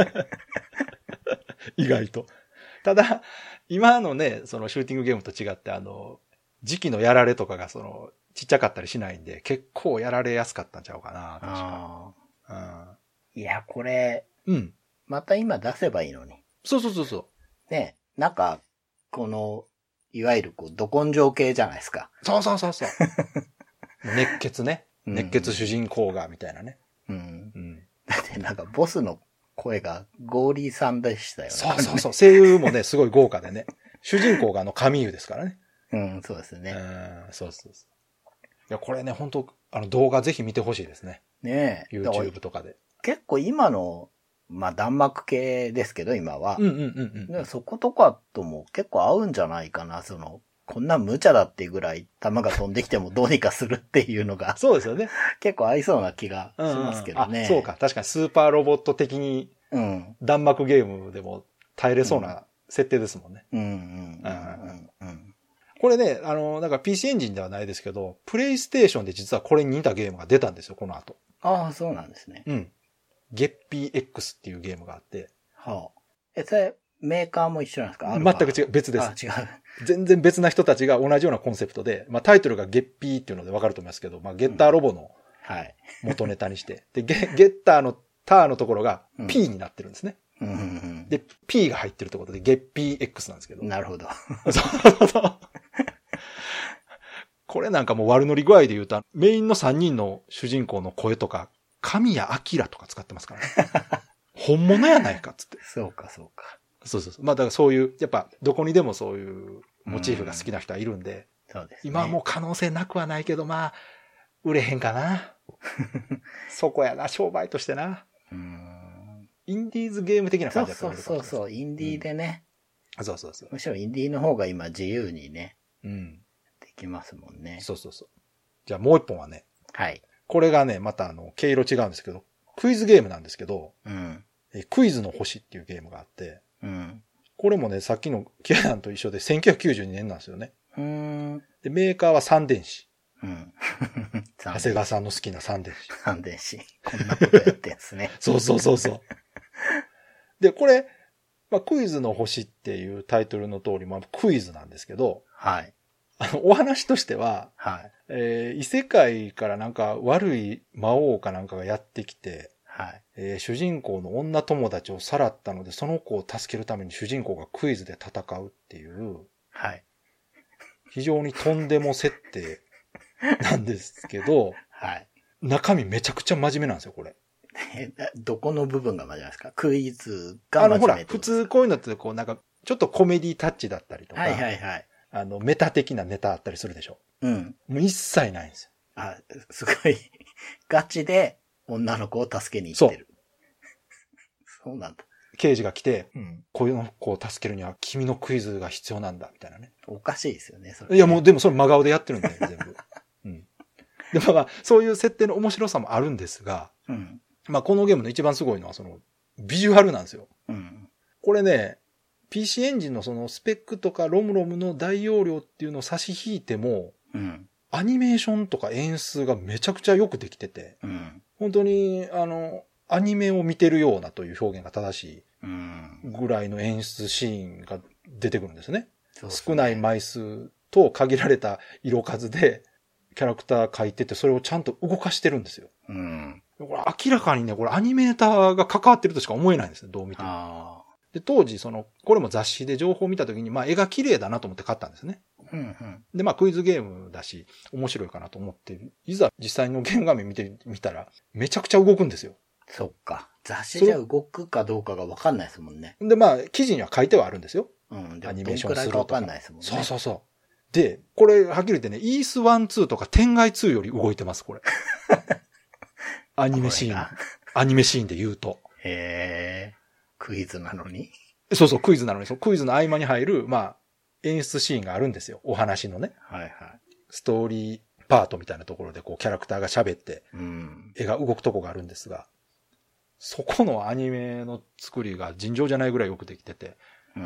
意外と。ただ、今のね、そのシューティングゲームと違って、あの、時期のやられとかがその、ちっちゃかったりしないんで、結構やられやすかったんちゃうかな、確か。 あうん、いや、これ、 うん。 また今出せばいいのに。 そうそうそうそう。 ね、なんか、この、いわゆるこう、ど根性系じゃないですか。 そうそうそうそう。熱血ね。熱血主人公が、みたいなね。 うん。うん。だってなんか、ボスの声がゴーリーさんでしたよね。 そうそうそう。声優もね、すごい豪華でね。主人公があの、カミーユですからね。 うん、そうですね。 うん、そうそうそう。いや、これね、本当あの、動画ぜひ見てほしいですね。 ねえ。 YouTube とかで。 結構今の、まあ、弾幕系ですけど、今は。 うんうんうんうん。 そことかとも結構合うんじゃないかな、その、こんな無茶だっていうぐらい弾が飛んできてもどうにかするっていうのが。 そうですよね。 結構合いそうな気がしますけどね。 うんうん、あ、そうか。確かにスーパーロボット的に、弾幕ゲームでも耐えれそうな設定ですもんね。 うんうんうんうん。 これね、あの、なんか ピーシー エンジンではないですけど、プレイステーションで実はこれに似たゲームが出たんですよ、この後。 ああ、そうなんですね。 うん。ゲッピー X っていうゲームがあって。 はあ。え、それ、メーカーも一緒なんですか？ 全く違う、別です。 あ、違う。 全然別な人たちが同じようなコンセプトで、まあタイトルがゲッピーっていうのでわかると思いますけど、まあゲッターロボの元ネタにして、うん、でゲ、ゲッターのターのところが P になってるんですね。 うんうんうん、 で、P が入ってるってことでゲッピー X なんですけど。 なるほど。 そうそう。これなんかもう悪乗り具合で言うと、メインのさんにんの主人公の声とか、神谷明とか使ってますからね。本物やないかっつって。 そうか、そうか。 そうそうそう。まあだからそういう、やっぱどこにでもそういうモチーフが好きな人はいるんで。 うん、そうですね。 今はもう可能性なくはないけど、まあ、売れへんかな。そこやな、商売としてな。 うん、 インディーズゲーム的な感じだったそうそうそう、インディーでね、 うん。そうそうそう。 むしろインディーの方が今自由にね。 うん。 できますもんね。 そうそうそう。じゃあもう一本はね。 はい。 これがね、またあの、毛色違うんですけど、クイズゲームなんですけど、 うん。 えクイズの星っていうゲームがあって、 うん。 これもね、さっきのキアナンと一緒でせんきゅうひゃくきゅうじゅうにねんなんですよね。 うーん。 で、メーカーは三電子。 うん。 長谷川さんの好きな三電子。 三電子。こんなことやってんすね。 そうそうそうそう。で、これ、まあ、クイズの星っていうタイトルの通り、まあ、クイズなんですけど、 はい。 あの、お話としては、 はい。 えー、異世界からなんか悪い魔王かなんかがやってきて、 はい。 えー、主人公の女友達をさらったので、その子を助けるために主人公がクイズで戦うっていう、 はい。 非常にとんでも設定なんですけど、 はい。 中身めちゃくちゃ真面目なんですよ、これ。 え、どこの部分が真面目ですか？クイズが真面目。あの、ほら、 普通こういうのってこうなんか、ちょっとコメディタッチだったりとか、 はいはいはい。 あの、メタ的なネタあったりするでしょ。 うん。 もう一切ないんですよ。 あ、すごい、ガチで女の子を助けに行ってる。そう。そうなんだ。 刑事が来て、 うん、 こういう子を助けるには君のクイズが必要なんだ、みたいなね。 おかしいですよね、それ、ね。 いやもうでもそれ真顔でやってるんだよ、全部。うん。で、まあ、そういう設定の面白さもあるんですが、 うん、 まあこのゲームの一番すごいのはその、ビジュアルなんですよ。 うん、 これね、ピーシー エンジンのそのスペックとかロムロムの大容量っていうのを差し引いても、 うん、 アニメーションとか演出がめちゃくちゃよくできてて、 うん、 本当に、あの、アニメを見てるようなという表現が正しいぐらいの演出シーンが出てくるんですね。そうそうね。少ない枚数と限られた色数でキャラクター描いてて、それをちゃんと動かしてるんですよ。 うん、 これ明らかにね、これアニメーターが関わってるとしか思えないんですね、どう見ても。 あで、当時、その、これも雑誌で情報を見たときに、まあ絵が綺麗だなと思って買ったんですね。 うんうん、 で、まあクイズゲームだし、面白いかなと思って、いざ実際のゲーム画面見てみたら、めちゃくちゃ動くんですよ。 そっか。雑誌じゃ動くかどうかが分かんないですもんね。 で、まあ、記事には書いてはあるんですよ。 うん。アニメーションするとか。どんくらいか分かんないですもんね。 そうそうそう。で、これ、はっきり言ってね、イースワン、ツーとか天外ツーより動いてます、これ。アニメシーン。アニメシーンで言うと。 へー。クイズなのにそうそう、クイズなのに、そうクイズの合間に入る、まあ、演出シーンがあるんですよ。お話のね。 はいはい。 ストーリーパートみたいなところで、こう、キャラクターが喋って、 うん、 絵が動くとこがあるんですが、そこのアニメの作りが尋常じゃないぐらいよくできてて、 うん、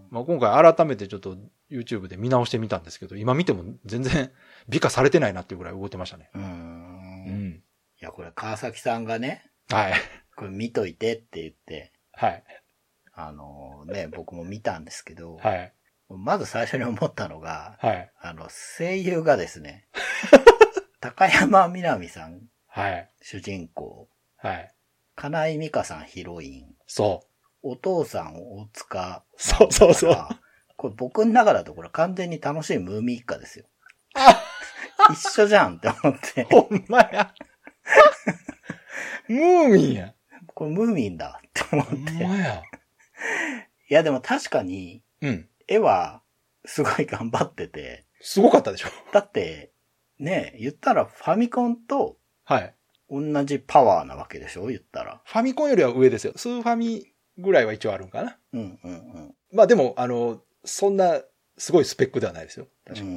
まあ、今回改めてちょっと YouTube で見直してみたんですけど、今見ても全然美化されてないなっていうぐらい動いてましたね。 うーん。 うん。 いや、これ川崎さんがね、 はい。 これ見といてって言って、 はい。 あのね、僕も見たんですけど、 はい。 まず最初に思ったのが、 はい。 あの、声優がですね、高山みなみさん、 はい。 主人公、 はい。 金井美香さんヒロイン、 そう。 お父さん大塚。 そうそうそう。 これ僕の中だとこれ完全に楽しいムーミン一家ですよ。 あ一緒じゃんって思って。 ほんまや。ムーミンや。 これムーミンだって思って。ほんまや。 いやでも確かに、 うん。 絵はすごい頑張ってて。 すごかったでしょ。 だって、ね、言ったらファミコンと、 はい。 同じパワーなわけでしょ言ったら。 ファミコンよりは上ですよ。スーファミぐらいは一応あるんかな。 うんうんうん。 まあでも、あの、そんな、すごいスペックではないですよ。確かに。うん。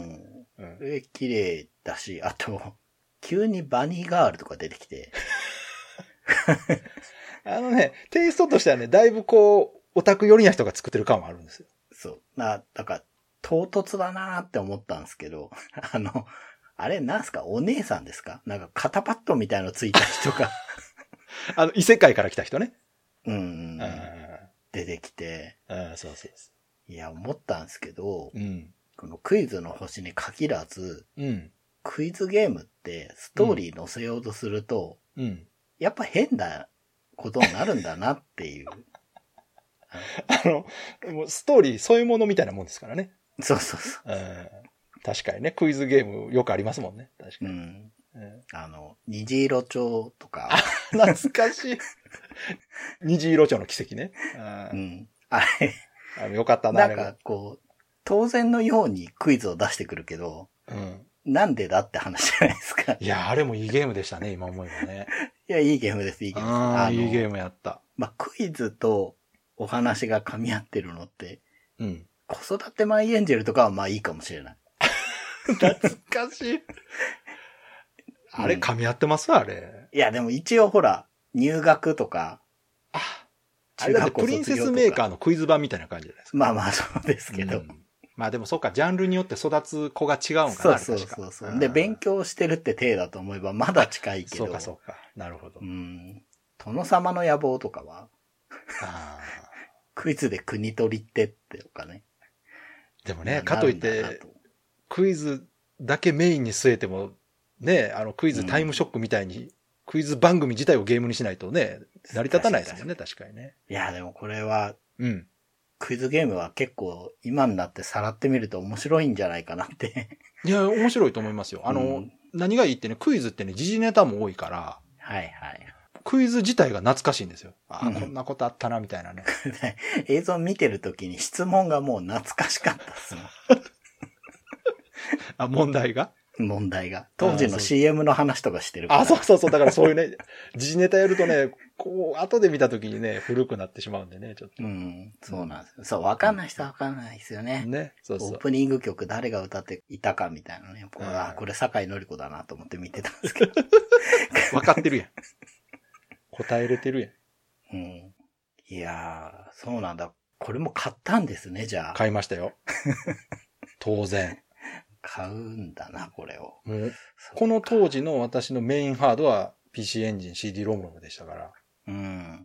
うん、え、綺麗だし、あと、急にバニーガールとか出てきて。 あのね、テイストとしてはね、だいぶこう、オタク寄りな人が作ってる感はあるんですよ。 そう。な、だから、唐突だなーって思ったんですけど、あの、あれなんすかお姉さんですかなんか肩パッドみたいのついた人が。 あの、異世界から来た人ね。 うん。出てきて。 ああ、そうそうそう。 いや、思ったんですけど、 うん、 このクイズの星に限らず、 うん、 クイズゲームってストーリー載せようとすると、 うん、 やっぱ変なことになるんだなっていう。 あの、もうストーリーそういうものみたいなもんですからね。 そうそうそう。 うん確かにね、クイズゲームよくありますもんね。確かに。うんうん、あの、虹色蝶とか。 懐かしい。虹色蝶の奇跡ね。 うん。あれ。 あのよかったな、あれなんかこう、当然のようにクイズを出してくるけど、 うん、 なんでだって話じゃないですか。 いや、あれもいいゲームでしたね、今思えばね。 いや、いいゲームです、いいゲームです。 ああ、いいゲームやった。 まあ、クイズとお話が噛み合ってるのって、 うん。 子育てマイエンジェルとかはまあいいかもしれない。 懐かしい。あれ、噛み合ってますあれ。 いや、でも一応ほら、入学とか。 あ、あれだってプリンセスメーカーのクイズ版みたいな感じじゃないですか。 まあまあそうですけど。うん、 まあでもそっか、ジャンルによって育つ子が違うんかな。 そうそうそうそう。で、勉強してるって体だと思えばまだ近いけど。 そうかそうか。なるほど。 うん。殿様の野望とかはあクイズで国取りってってとかね。 でもね、かといって、クイズだけメインに据えても、ね、あのクイズタイムショックみたいに、うん、クイズ番組自体をゲームにしないとね、成り立たないですもんね、確かにね。 いや、でもこれは、 うん。 クイズゲームは結構今になってさらってみると面白いんじゃないかなって。 いや、面白いと思いますよ。あの、うん、何がいいってね、クイズってね、時事ネタも多いから。 はいはい。 クイズ自体が懐かしいんですよ。あ、うん、こんなことあったな、みたいなね。 映像見てるときに質問がもう懐かしかったっすもん。 あ、問題が問題が。当時の シーエム の話とかしてるから。 あ、そうそうそう。だからそういうね、時事ネタやるとね、こう、後で見たときにね、古くなってしまうんでね、ちょっと。 うん、そうなんですよ。そう、わかんない人はわかんないですよね。 ね、そうそう。 オープニング曲誰が歌っていたかみたいなね。これ、あ、これ酒井のり子だなと思って見てたんですけど。 わかってるやん。答えれてるやん。 うん。いやー、そうなんだ。これも買ったんですね、じゃあ。 買いましたよ。当然。 買うんだな、これを。 もうこの当時の私のメインハードは ピーシー エンジン シーディー ロムロムでしたから。 うん。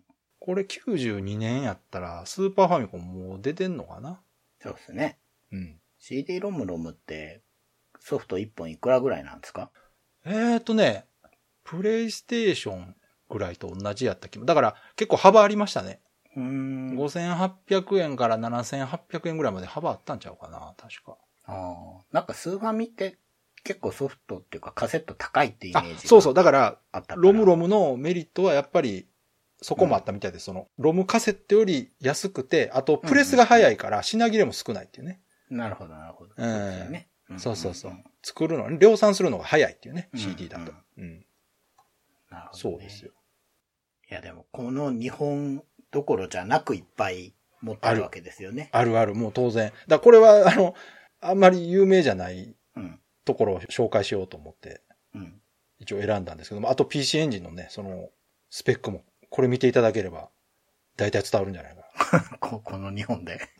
これきゅうじゅうにねんやったらスーパーファミコンもう出てんのかな？ そうですね。 うん。 シーディー ロムロムってソフトいっぽんいくらぐらいなんですか？ えーとね、プレイステーションぐらいと同じやった気も。だから結構幅ありましたね。 うーん。 ごせんはっぴゃくえんからななせんはっぴゃくえんぐらいまで幅あったんちゃうかな、確か。 ああ。なんかスーファミって結構ソフトっていうかカセット高いってイメージがあったから。 そうそう。だから、ロムロムのメリットはやっぱりそこもあったみたいです。うん、その、ロムカセットより安くて、あとプレスが早いから品切れも少ないっていうね。 うんうん、なるほど、なるほど。 うん。そうですよね。そうそうそう。作るの、量産するのが早いっていうね、シーディー だと。うん、うん。 なるほど、ね。 そうですよ。 いやでも、この日本どころじゃなくいっぱい持ってるわけですよね。 あるある、もう当然。だからこれは、あの、あんまり有名じゃないところを紹介しようと思って、うん、一応選んだんですけども、あと ピーシー エンジンのね、その、スペックも、これ見ていただければ、大体伝わるんじゃないかな。 こ, この日本で。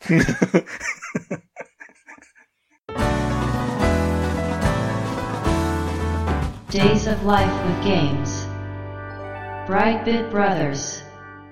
Days of Life with Games Brightbit Brothers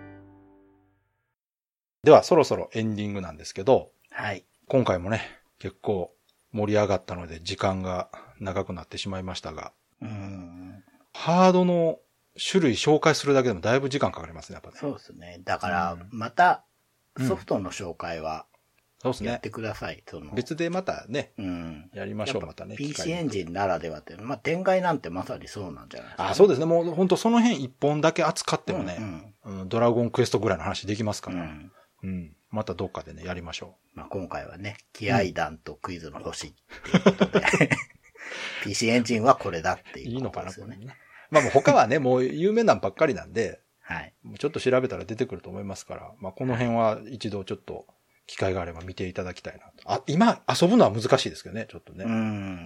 ではそろそろエンディングなんですけど、 はい。 今回もね、結構盛り上がったので時間が長くなってしまいましたが、 うーんハードの種類紹介するだけでもだいぶ時間かかりますね、やっぱね。 そうですね。だから、またソフトの紹介は、そうですね。やってください。その別でまたね、 うん、 やりましょう、またね。 ピーシー エンジンならではって、まあ、展開なんてまさにそうなんじゃないですか、ね。 あ、そうですね。もう本当その辺一本だけ扱ってもね、うんうん、ドラゴンクエストぐらいの話できますから、うん、うん。またどっかでね、やりましょう。まあ、今回はね、気合弾とクイズの星っていうことで、うん、ピーシー エンジンはこれだっていうことですよね。いいのかな、これね。まあもう他はね、もう有名なんばっかりなんで、 はい。 ちょっと調べたら出てくると思いますから、まあこの辺は一度ちょっと、機会があれば見ていただきたいなと。あ、今遊ぶのは難しいですけどね、ちょっとね。 うん、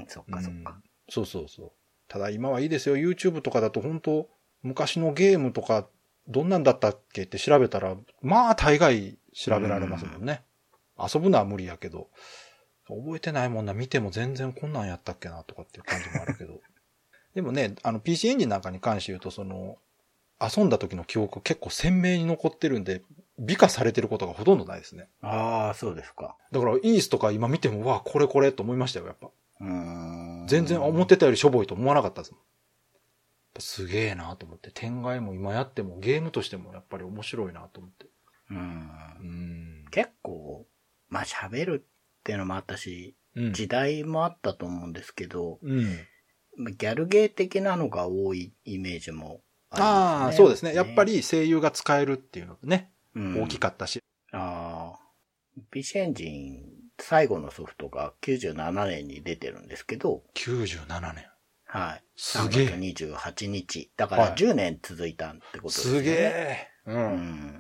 そっかそっか。 そうそうそう。ただ今はいいですよ。YouTube とかだと本当昔のゲームとか、どんなんだったっけって調べたら、まあ大概調べられますもんね。遊ぶのは無理やけど、覚えてないもんな、見ても全然こんなんやったっけなとかっていう感じもあるけど。でもね、あの ピーシー エンジンなんかに関して言うと、その、遊んだ時の記憶結構鮮明に残ってるんで、美化されてることがほとんどないですね。 ああ、そうですか。 だから、イースとか今見ても、わあ、これこれと思いましたよ、やっぱ。 うーん全然思ってたよりしょぼいと思わなかったですもん。すげえなと思って、展開も今やってもゲームとしてもやっぱり面白いなと思って。 うーんうん結構、まあ喋るっていうのもあったし、うん、時代もあったと思うんですけど、うん、ギャルゲー的なのが多いイメージもありますね。ああ、 そうですね。やっぱり声優が使えるっていうのね。うん、大きかったし。 ああ。ピーシー エンジン、最後のソフトがきゅうじゅうななねんに出てるんですけど。 きゅうじゅうななねん。 はい。 すげえ。 さんがつにじゅうはちにち。だからじゅうねん続いたってことですね。 すげえ。 うん。うん、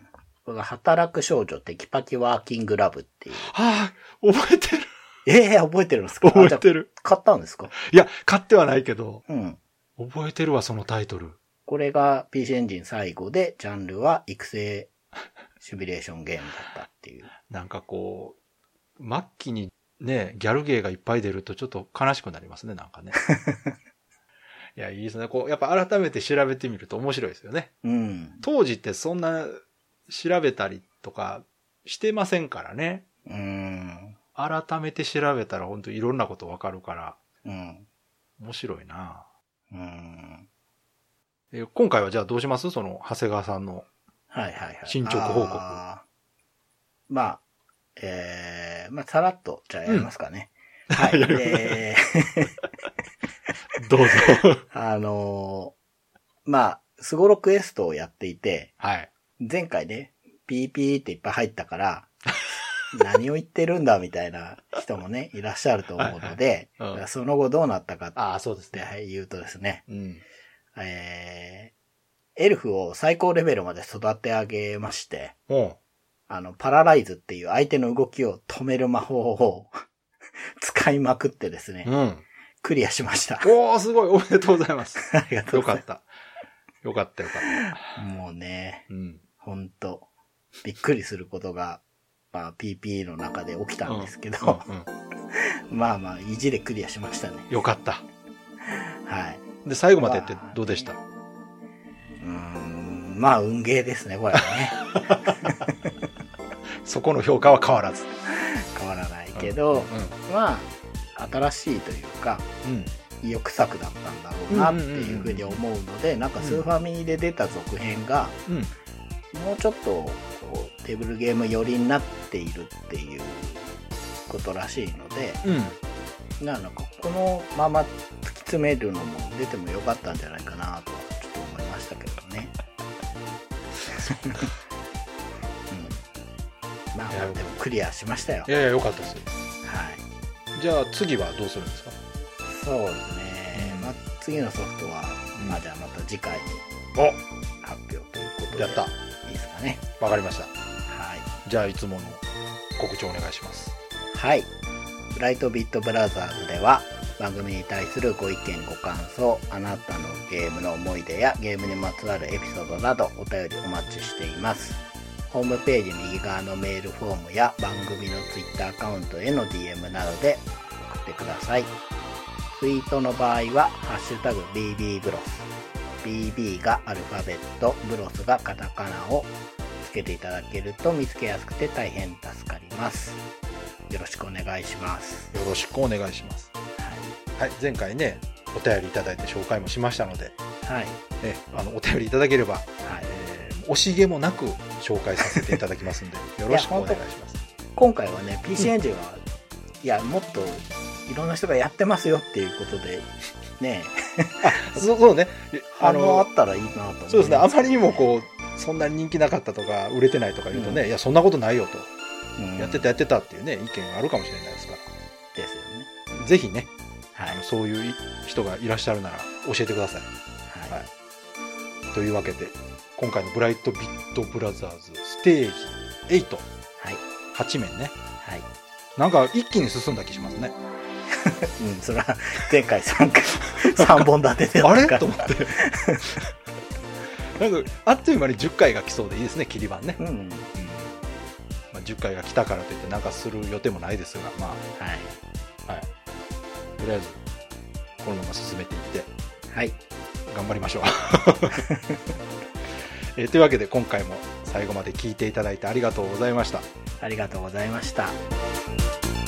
これが働く少女テキパキワーキングラブっていう。 はあ、覚えてる。 ええー、覚えてるんですか？ 覚えてる。 買ったんですか？ いや、買ってはないけど。 うん。 覚えてるわ、そのタイトル。 これが ピーシー エンジン最後で、ジャンルは育成シミュレーションゲームだったっていう。 なんかこう、末期にね、ギャルゲーがいっぱい出るとちょっと悲しくなりますね、なんかね。いや、いいですね。こう、やっぱ改めて調べてみると面白いですよね。 うん。 当時ってそんな調べたりとかしてませんからね。 うん。 改めて調べたら本当いろんなことわかるから。 うん。 面白いな。 うん。 え今回はじゃあどうします？その、長谷川さんの。 はいはいはい。 進捗報告。 あまあ、えー、まあ、さらっと、じゃあやりますかね。うん、はい。えー、どうぞ。 あのー、まあ、スゴロクエストをやっていて、 はい。 前回ね、ピーピーっていっぱい入ったから、何を言ってるんだみたいな人もね、いらっしゃると思うので、はいはいうん、その後どうなったかって言うとですね、 うん、 えー、エルフを最高レベルまで育て上げまして、 うん、 あの、パラライズっていう相手の動きを止める魔法を使いまくってですね、 うん、 クリアしました。 おー、すごい、おめでとうございます。 ありがとうございます。 よかった。よかったよかった。 もうね、 うん、 ほんと、びっくりすることが、まあ、ピーピー の中で起きたんですけど、 うんうんうん、まあまあ、意地でクリアしましたね。 よかった。 はい。 で、最後までってどうでした？ まあ、うーん、まあ、運ゲーですね、これはね。 そこの評価は変わらず。 変わらないけど、うんうん、まあ、新しいというか、うん、意欲作だったんだろうなっていうふうに思うので、なんかスーファミで出た続編が、うん、もうちょっと、テーブルゲーム寄りになっているっていうことらしいので、 うん、 なんかこのまま突き詰めるのも出てもよかったんじゃないかなとはちょっと思いましたけどね。うん、まあでもクリアしましたよ。 いやいやよかったですよ。 はい。 じゃあ次はどうするんですか？ そうですね。まあ次のソフトは、うん、まあじゃあまた次回に発表ということで。 やった。 いいですかね。 わかりました。 はい。 じゃあいつもの告知お願いします。 はい。ブライトビットブラザーズでは番組に対するご意見ご感想、あなたのゲームの思い出やゲームにまつわるエピソードなどお便りお待ちしています。ホームページ右側のメールフォームや番組のツイッターアカウントへの ディーエム などで送ってください。ツイートの場合はハッシュタグ ビービー ブロス、 ビービー がアルファベット、ブロスがカタカナをつけていただけると見つけやすくて大変助かります。よろしくお願いします。 よろしくお願いします。はい、はい、前回ねお便りいただいて紹介もしましたので、はい、ね、あのお便りいただければ、はい、えー、惜しげもなく紹介させていただきますのでよろしくお願いします。 今回はね ピーシー エンジンは、うん、いやもっといろんな人がやってますよっていうことでねあ、そうそうね、 あのあったらいいなと思います、ね、 そうですね。あまりにもこうそんなに人気なかったとか売れてないとか言うとね、うん、いやそんなことないよと、うん、やってたやってたっていうね意見があるかもしれないですから。 ですよね。 ぜひね、 はい、 そういう人がいらっしゃるなら教えてください。はい、はい、というわけで今回のブライトビットブラザーズステージエイト、はい、はち面ね、はい、なんか一気に進んだ気しますね。 うん、それは前回さんかいさんぼん立てであれと思ってなんかあっという間にじゅっかいが来そうでいいですね、切り板ね。うん、うん、まあ、じゅっかいが来たからといってなんかする予定もないですが、まあ、はいはい、とりあえずこのまま進めていって、はい、頑張りましょう、えー、というわけで今回も最後まで聞いていただいてありがとうございました。 ありがとうございました。